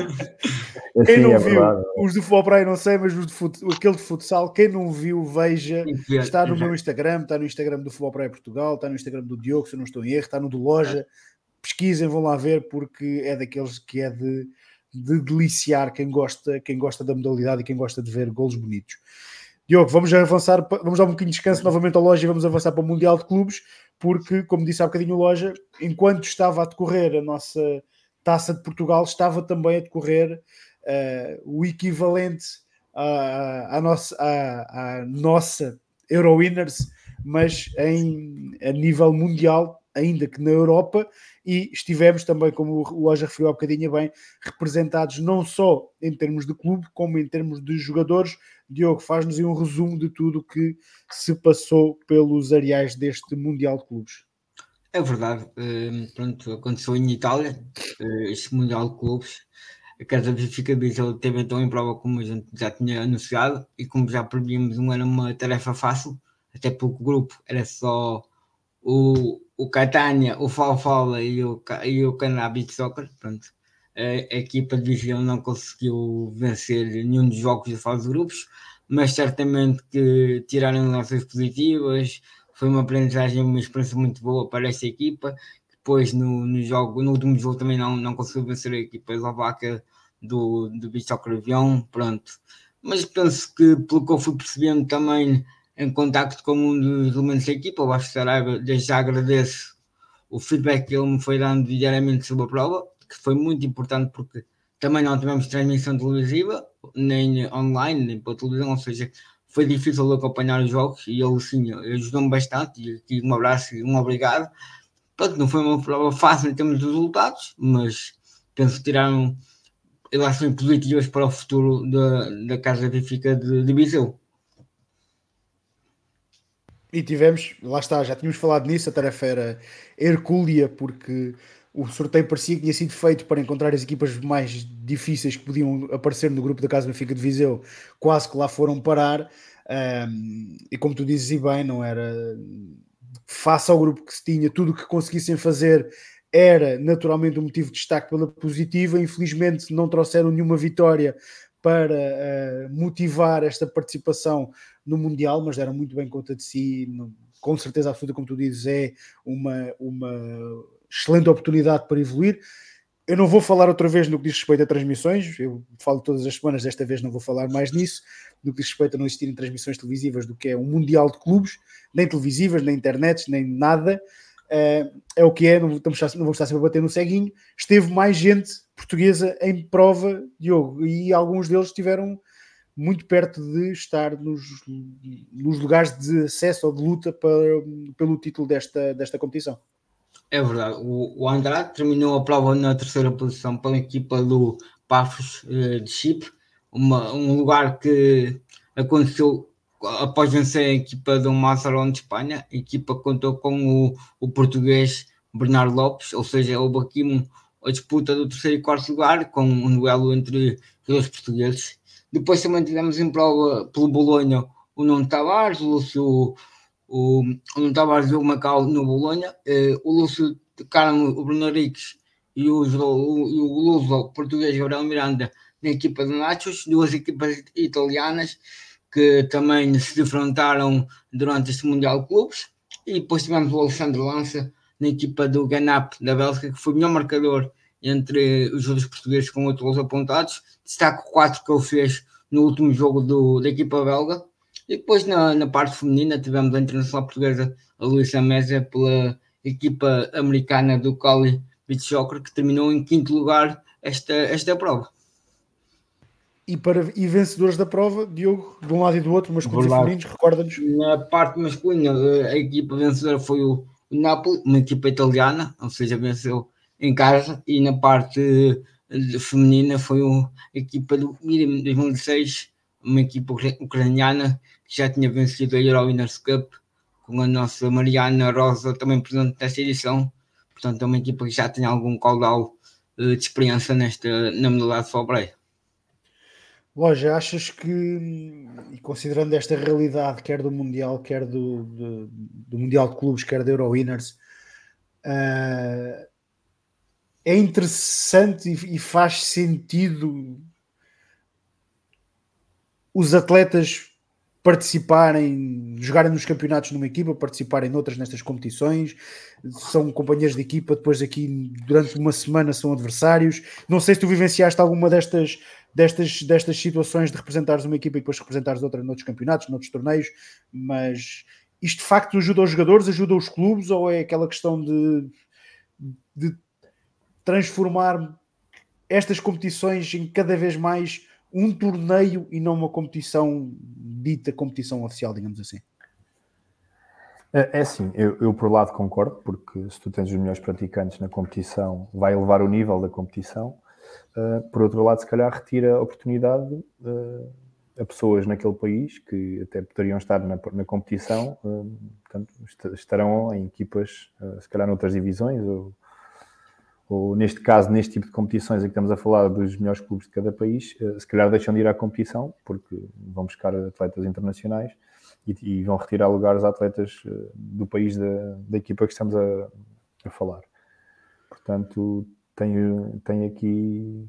Speaker 2: É,
Speaker 1: quem
Speaker 2: sim,
Speaker 1: não
Speaker 2: é
Speaker 1: viu,
Speaker 2: verdade.
Speaker 1: os do futebol praia não sei, mas os de fut, aquele de futsal, quem não viu, veja. Está no meu Instagram, está no Instagram do Futebol Praia Portugal, está no Instagram do Diogo, se eu não estou em erro, está no do Loja. Pesquisem, vão lá ver, porque é daqueles que é de, de deliciar quem gosta, quem gosta da modalidade e quem gosta de ver golos bonitos. Diogo, vamos avançar, vamos dar um bocadinho de descanso novamente ao Loja e vamos avançar para o Mundial de Clubes, porque, como disse há bocadinho o Loja, enquanto estava a decorrer a nossa Taça de Portugal, estava também a decorrer uh, o equivalente à, à, nossa, à, à nossa Eurowinners, mas em, a nível mundial, ainda que na Europa, e estivemos também, como o Loja referiu há bocadinho bem, representados não só em termos de clube, como em termos de jogadores. Diogo, faz-nos um resumo de tudo o que se passou pelos areais deste Mundial de Clubes.
Speaker 3: É verdade, uh, pronto, aconteceu em Itália, uh, este Mundial de Clubes. A Casa Benfica Viseu teve então em prova, como a gente já tinha anunciado, e como já prevíamos, não era uma tarefa fácil, até porque o grupo era só o, o Catania, o Falfala e o, e o Canadá Beach Soccer. Pronto. A, a equipa de Viseu não conseguiu vencer nenhum dos jogos da fase de grupos, mas certamente que tiraram noções positivas. Foi uma aprendizagem, uma experiência muito boa para esta equipa. Depois, no, no, jogo, no último jogo, também não, não conseguiu vencer a equipa eslovaca do, do Beach Soccer Avião. Pronto. Mas penso que, pelo que eu fui percebendo também, em contacto com um dos elementos da equipa, o Vasco Saraiva, desde já agradeço o feedback que ele me foi dando diariamente sobre a prova, que foi muito importante porque também não tivemos transmissão televisiva, nem online, nem para televisão, ou seja, foi difícil de acompanhar os jogos e ele sim ajudou-me bastante e aqui um abraço e um obrigado. Pronto, não foi uma prova fácil em termos de resultados, mas penso que tiraram ilações positivas para o futuro da, da Casa Benfica de, de Viseu.
Speaker 1: E tivemos, lá está, já tínhamos falado nisso, a tarefa era hercúlea, porque o sorteio parecia que tinha sido feito para encontrar as equipas mais difíceis que podiam aparecer no grupo da Casa Benfica de Viseu, quase que lá foram parar, um, e como tu dizes e bem, não era face ao grupo que se tinha, tudo o que conseguissem fazer era naturalmente um motivo de destaque pela positiva. Infelizmente não trouxeram nenhuma vitória para uh, motivar esta participação no Mundial, mas deram muito bem conta de si, com certeza absoluta, como tu dizes, é uma, uma excelente oportunidade para evoluir. Eu não vou falar outra vez no que diz respeito a transmissões, eu falo todas as semanas, desta vez não vou falar mais nisso, no que diz respeito a não existirem transmissões televisivas do que é um Mundial de Clubes, nem televisivas, nem internet, nem nada. Uh, é o que é, não, estamos, não vou estar sempre a bater no ceguinho. Esteve mais gente portuguesa em prova, Diogo, e alguns deles estiveram muito perto de estar nos, nos lugares de acesso ou de luta para, pelo título desta, desta competição.
Speaker 3: É verdade, o, o Andrade terminou a prova na terceira posição pela equipa do Pafos eh, de Chipre, uma, um lugar que aconteceu após vencer a equipa do Mazarón de Espanha. A equipa contou com o, o português Bernardo Lopes, ou seja, houve aqui um, a disputa do terceiro e quarto lugar, com um duelo entre os dois portugueses. Depois também tivemos em prova pelo Bolonha o Nuno Tavares, o Lúcio, o, o Nuno Tavares do Macau no Bolonha, eh, o Lúcio Carmo, o Bruno Henriques e o, o, e o luso português Gabriel Miranda na equipa do Nachos, duas equipas italianas que também se defrontaram durante este Mundial de Clubes, e depois tivemos o Alexandre Lança na equipa do Ganap da Bélgica, que foi o melhor marcador entre os jogadores portugueses com oito gols apontados. Destaco quatro que ele fez no último jogo do, da equipa belga. E depois na, na parte feminina tivemos a internacional portuguesa, a Luísa Meza, pela equipa americana do Cali Beach Soccer, que terminou em quinto lugar esta, esta prova.
Speaker 1: E, para, e vencedores da prova, Diogo, de um lado e do outro, masculinos e femininos, recorda-nos.
Speaker 3: Na parte masculina, a equipa vencedora foi o Napoli, uma equipa italiana, ou seja, venceu em casa, e na parte feminina foi a equipa do Mirim dois mil e seis, uma equipa ucraniana que já tinha vencido a Euro Winners Cup, com a nossa Mariana Rosa também presente nesta edição. Portanto, é uma equipa que já tem algum caudal de experiência nesta, na modalidade de Fobreia.
Speaker 1: Loja, achas que, e considerando esta realidade, quer do Mundial, quer do, do, do Mundial de Clubes, quer da Euro Winners, uh, é interessante e, e faz sentido os atletas participarem, jogarem nos campeonatos numa equipa, participarem noutras nestas competições, são companheiros de equipa, depois aqui durante uma semana são adversários. Não sei se tu vivenciaste alguma destas, destas, destas situações de representares uma equipa e depois representares outra noutros campeonatos, noutros torneios, mas isto de facto ajuda os jogadores, ajuda os clubes, ou é aquela questão de, de transformar estas competições em cada vez mais um torneio e não uma competição dita competição oficial, digamos assim?
Speaker 2: É, é assim, eu, eu por lado concordo, porque se tu tens os melhores praticantes na competição, vai elevar o nível da competição. Uh, por outro lado, se calhar retira a oportunidade uh, a pessoas naquele país que até poderiam estar na, na competição, uh, portanto, estarão em equipas, uh, se calhar noutras divisões, ou ou neste caso, neste tipo de competições em que estamos a falar dos melhores clubes de cada país, se calhar deixam de ir à competição, porque vão buscar atletas internacionais e, e vão retirar lugares a atletas do país da, da equipa que estamos a, a falar. Portanto, tenho, tenho aqui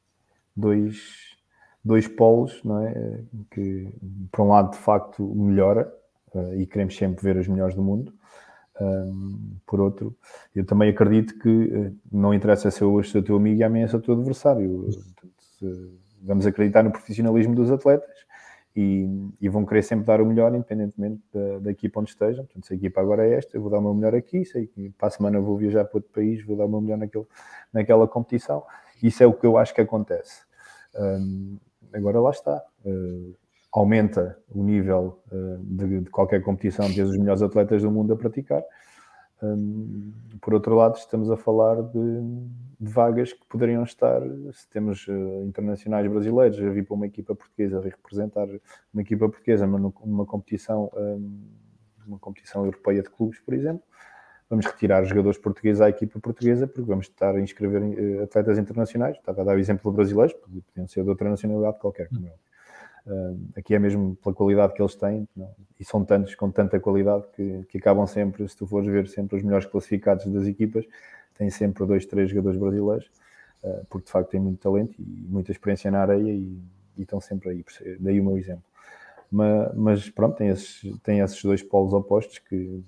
Speaker 2: dois, dois polos, não é? Que, por um lado, de facto, melhora, e queremos sempre ver os melhores do mundo. Um, por outro, eu também acredito que uh, não interessa se eu hoje sou teu amigo e amanhã sou teu adversário. Portanto, se, vamos acreditar no profissionalismo dos atletas e, e vão querer sempre dar o melhor, independentemente da, da equipa onde estejam. Portanto, se a equipa agora é esta, eu vou dar o meu melhor aqui, sei que para a semana vou viajar para outro país, vou dar o meu melhor naquele, naquela competição. Isso é o que eu acho que acontece. Um, agora lá está. Uh, aumenta o nível uh, de, de qualquer competição, de os melhores atletas do mundo a praticar. Um, por outro lado, estamos a falar de, de vagas que poderiam estar, se temos uh, internacionais brasileiros a vir para uma equipa portuguesa, a vir representar uma equipa portuguesa numa competição, um, uma competição europeia de clubes, por exemplo, vamos retirar jogadores portugueses à equipa portuguesa, porque vamos estar a inscrever uh, atletas internacionais. Estava a dar o exemplo de brasileiros, podiam ser de outra nacionalidade qualquer, como é. Uh, aqui é mesmo pela qualidade que eles têm, não? E são tantos com tanta qualidade que, que acabam sempre, se tu fores ver sempre os melhores classificados das equipas, têm sempre dois, três jogadores brasileiros, uh, porque de facto têm muito talento e muita experiência na areia e, e estão sempre aí, daí o meu exemplo. Mas, mas pronto, tem esses, tem esses dois polos opostos que,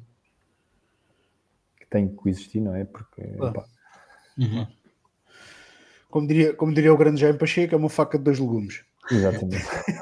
Speaker 2: que têm que coexistir, não é? Porque
Speaker 1: ah. uhum. como, diria, como diria o grande Jaime Pacheco, é uma faca de dois legumes.
Speaker 2: Exatamente.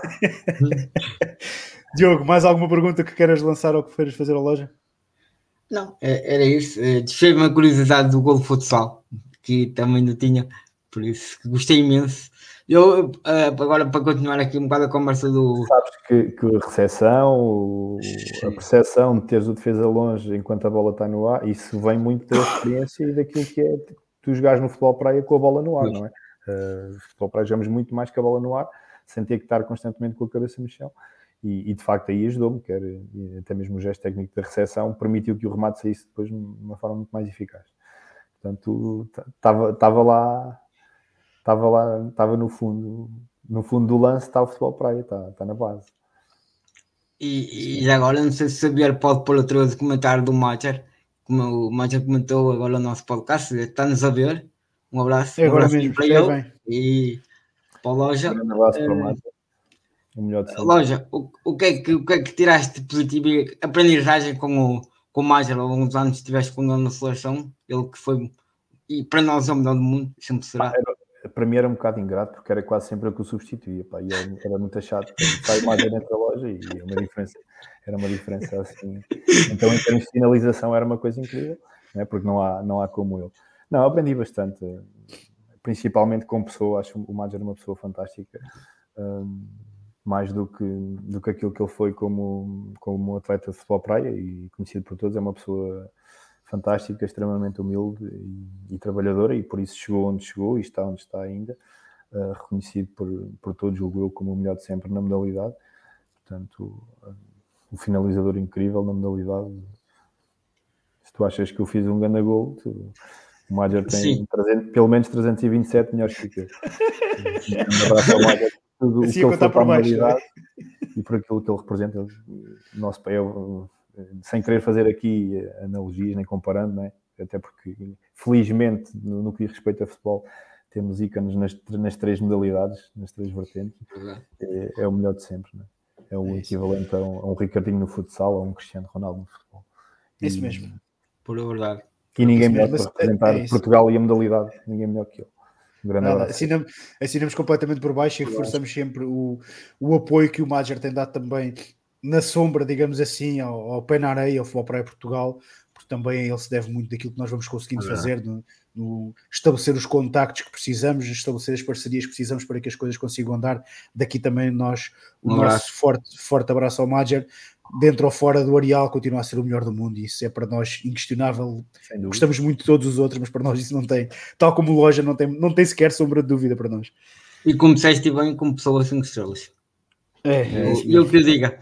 Speaker 1: Diogo, mais alguma pergunta que queiras lançar ou que queiras fazer à loja?
Speaker 3: Não, era isso. Deixei-me a curiosidade do gol de futsal, que também não tinha, por isso gostei imenso. Eu, agora, para continuar aqui um bocado a conversa do...
Speaker 2: Sabes que, que a recepção, a percepção de teres o defesa longe enquanto a bola está no ar, isso vem muito da experiência e daquilo que é tu jogares no futebol praia com a bola no ar, não é? Uh, futebol praia jogamos muito mais que a bola no ar, sem ter que estar constantemente com a cabeça no chão. E, e de facto aí ajudou-me, quer, até mesmo o gesto técnico da recepção permitiu que o remate saísse depois de uma forma muito mais eficaz. Portanto, estava lá, estava lá, estava no fundo, no fundo do lance, está o futebol praia, está, está na base.
Speaker 3: E, e agora, não sei se o Xavier pode pôr outra vez o comentário do Macher, como o Mágico comentou agora no nosso podcast, está-nos a ver. Um abraço,
Speaker 1: É
Speaker 3: um
Speaker 1: agora
Speaker 3: abraço
Speaker 1: mesmo,
Speaker 3: para
Speaker 1: cheguei
Speaker 3: ele
Speaker 1: bem.
Speaker 3: e para a Loja.
Speaker 2: Um grande abraço
Speaker 3: Uh,
Speaker 2: para o Mágico. O melhor de sempre.
Speaker 3: Loja, o, o, que é que, o que é que tiraste de positivo e aprendizagem com o, com o Mágico ao longo dos anos que estiveste com ele na seleção? Ele que foi, e para nós é o melhor do mundo, sempre será.
Speaker 2: Ah, era, para mim era um bocado ingrato, porque era quase sempre eu que o substituía, pá, e ele era muito chato. Sai mais dentro da loja e é uma diferença, era uma diferença assim. Então, em termos de finalização, era uma coisa incrível, né? Porque não há, não há como ele. Não, aprendi bastante, principalmente como pessoa. Acho o Mágico era uma pessoa fantástica, um, mais do que, do que aquilo que ele foi como, como atleta de futebol praia e conhecido por todos. É uma pessoa fantástica, extremamente humilde e, e trabalhadora, e por isso chegou onde chegou e está onde está ainda, uh, reconhecido por, por todos, julgo eu, como o melhor de sempre na modalidade. Portanto, uh, um finalizador incrível na modalidade. Se tu achas que eu fiz um grande gol, tu, o Mágico tem trezentos, pelo menos trezentos e vinte e sete melhores que eu. Um abraço ao Mágico, tudo
Speaker 1: Assim
Speaker 2: o que ele foi para a
Speaker 1: baixo,
Speaker 2: modalidade e por aquilo que ele representa. O nosso país, sem querer fazer aqui analogias nem comparando, não é? Até porque felizmente no, no que diz respeito a futebol temos ícones nas, nas três modalidades, nas três vertentes. É, é o melhor de sempre, não é? É o é equivalente a um, a um Ricardinho no futsal ou a um Cristiano Ronaldo no futebol.
Speaker 1: É isso mesmo.
Speaker 3: Por verdade.
Speaker 2: E ninguém melhor
Speaker 1: mesmo.
Speaker 2: para representar é Portugal e a modalidade, ninguém melhor que ele. Um grande
Speaker 1: Nada,
Speaker 2: abraço.
Speaker 1: assinamos, assinamos completamente por baixo e reforçamos sempre o, o apoio que o Mágico tem dado também na sombra, digamos assim, ao, ao pé na areia, ao Futebol Praia Portugal, porque também ele se deve muito daquilo que nós vamos conseguindo é. fazer, no, no estabelecer os contactos que precisamos, estabelecer as parcerias que precisamos para que as coisas consigam andar. Daqui também nós, o um nosso forte, forte abraço ao Mágico. Dentro ou fora do areal, continua a ser o melhor do mundo, e isso é para nós inquestionável. Gostamos muito de todos os outros, mas para nós isso não tem, tal como Loja, não tem, não tem sequer sombra de dúvida para nós.
Speaker 3: E como disseste bem, como pessoa cinco estrelas.
Speaker 1: É,
Speaker 3: é eu, eu que eu diga.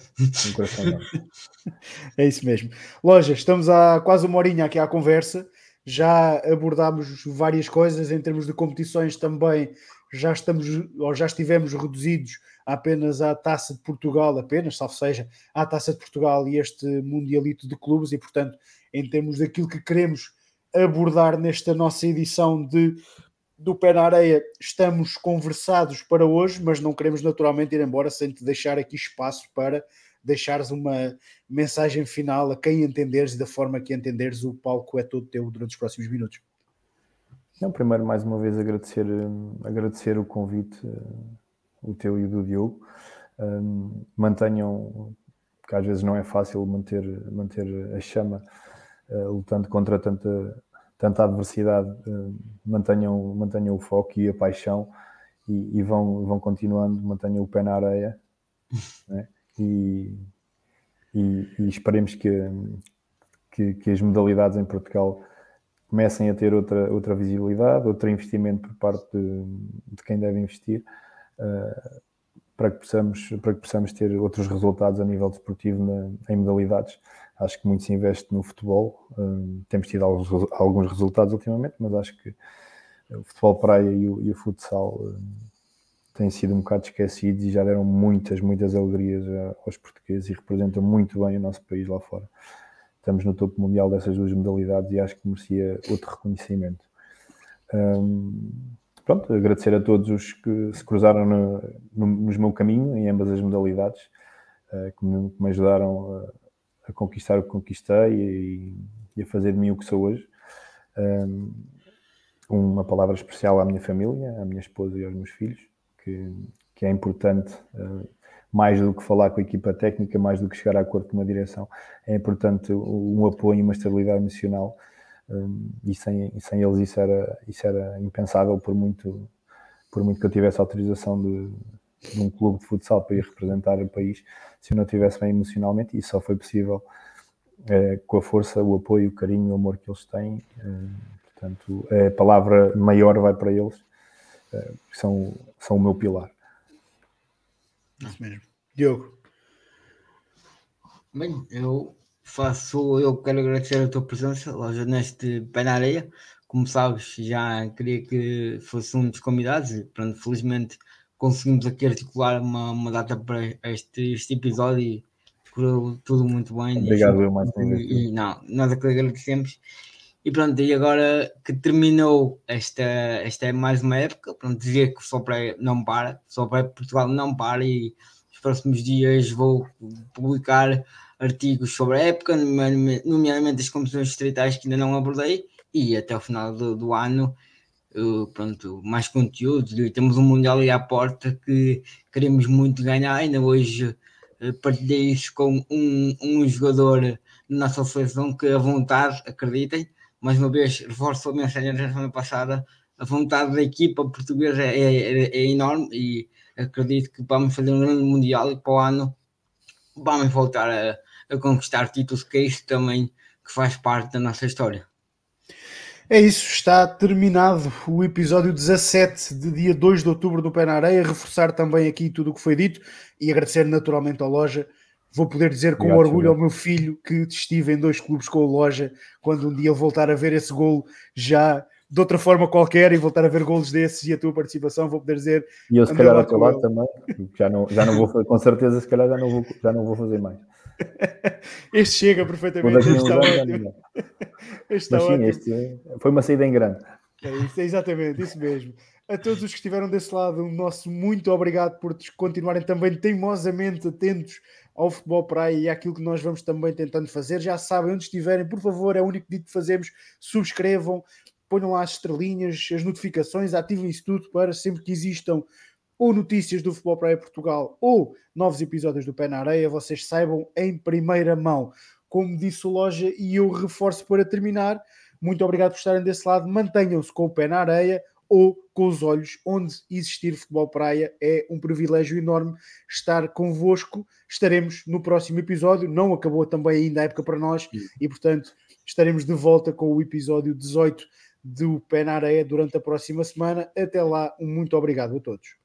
Speaker 1: É isso mesmo. Loja, estamos há quase uma horinha aqui à conversa, já abordámos várias coisas em termos de competições também. Já estamos, ou já estivemos reduzidos apenas à Taça de Portugal, apenas, salvo seja, à Taça de Portugal e este Mundialito de Clubes, e portanto, em termos daquilo que queremos abordar nesta nossa edição de, do Pé na Areia, estamos conversados para hoje, mas não queremos naturalmente ir embora sem te deixar aqui espaço para deixares uma mensagem final a quem entenderes e da forma que entenderes. O palco é todo teu durante os próximos minutos.
Speaker 2: Não, primeiro, mais uma vez, agradecer, agradecer o convite, o teu e o do Diogo. Um, mantenham, que às vezes não é fácil manter, manter a chama uh, lutando contra tanta, tanta adversidade. Uh, mantenham, mantenham o foco e a paixão e, e vão, vão continuando, mantenham o pé na areia, né? e, e, e esperemos que, que, que as modalidades em Portugal comecem a ter outra, outra visibilidade, outro investimento por parte de, de quem deve investir, uh, para, que possamos, para que possamos ter outros resultados a nível desportivo na, em modalidades. Acho que muito se investe no futebol, uh, temos tido alguns, alguns resultados ultimamente, mas acho que o futebol praia e o, e o futsal uh, têm sido um bocado esquecidos e já deram muitas, muitas alegrias aos portugueses e representam muito bem o nosso país lá fora. Estamos no topo mundial dessas duas modalidades e acho que merecia outro reconhecimento. Um, pronto, agradecer a todos os que se cruzaram no, no, no meu caminho, em ambas as modalidades, uh, que, me, que me ajudaram a, a conquistar o que conquistei e, e a fazer de mim o que sou hoje. Um, uma palavra especial à minha família, à minha esposa e aos meus filhos, que, que é importante, uh, mais do que falar com a equipa técnica, mais do que chegar a acordo com uma direção, é importante um apoio e uma estabilidade emocional, um, e, sem, e sem eles isso era, isso era impensável, por muito, por muito que eu tivesse autorização de, de um clube de futsal para ir representar o país, se eu não estivesse bem emocionalmente, isso só foi possível uh, com a força, o apoio, o carinho, o amor que eles têm. Uh, portanto, a palavra maior vai para eles, uh, que são, são o meu pilar.
Speaker 1: Isso mesmo. Diogo.
Speaker 3: Bem, eu faço, eu quero agradecer a tua presença, Loja, neste Pé na Areia. Como sabes, já queria que fosse um dos convidados e, pronto, felizmente conseguimos aqui articular uma, uma data para este, este episódio e correu tudo muito bem.
Speaker 2: Obrigado,
Speaker 3: e,
Speaker 2: eu mais
Speaker 3: e, e não, nós agradecemos. E pronto, e agora que terminou esta, esta é mais uma época, pronto, dizer que o Futebol Praia não para, o Futebol Praia Portugal não para, e nos próximos dias vou publicar artigos sobre a época, nomeadamente as competições distritais que ainda não abordei, e até o final do, do ano, uh, pronto, mais conteúdos. E temos um Mundial aí à porta que queremos muito ganhar. Ainda hoje uh, partilhei isso com um, um jogador da nossa seleção que a vontade, acreditem, mais uma vez, reforço a mensagem da semana passada, a vontade da equipa portuguesa é, é, é enorme, e acredito que vamos fazer um grande Mundial, e para o ano vamos voltar a, a conquistar títulos, que é isso também que faz parte da nossa história.
Speaker 1: É isso, está terminado o episódio dezassete de dia dois de outubro do Pé na Areia. Reforçar também aqui tudo o que foi dito e agradecer naturalmente à Loja. Vou poder dizer com
Speaker 2: Obrigado,
Speaker 1: orgulho
Speaker 2: senhor.
Speaker 1: ao meu filho que estive em dois clubes com a Loja, quando um dia ele voltar a ver esse golo já de outra forma qualquer e voltar a ver golos desses e a tua participação, vou poder dizer...
Speaker 2: E eu se calhar ao teu lado também, já não, já não vou fazer, com certeza, se calhar já não vou, já não vou fazer mais.
Speaker 1: Este chega perfeitamente, este está ótimo.
Speaker 2: Este Mas sim, ótimo. Este foi uma saída em grande.
Speaker 1: É isso, é exatamente, isso mesmo. A todos os que estiveram desse lado, um nosso muito obrigado por continuarem também teimosamente atentos ao Futebol Praia e àquilo que nós vamos também tentando fazer. Já sabem, onde estiverem, por favor, é o único pedido que fazemos, subscrevam, ponham lá as estrelinhas, as notificações, ativem isso tudo para sempre que existam ou notícias do Futebol Praia Portugal ou novos episódios do Pé na Areia, vocês saibam em primeira mão. Como disse o Loja, e eu reforço para terminar, muito obrigado por estarem desse lado, mantenham-se com o pé na areia ou com os olhos onde existir Futebol Praia. É um privilégio enorme estar convosco. Estaremos no próximo episódio, não acabou também ainda a época para nós, e portanto estaremos de volta com o episódio dezoito do Pé na Areia durante a próxima semana. Até lá, um muito obrigado a todos.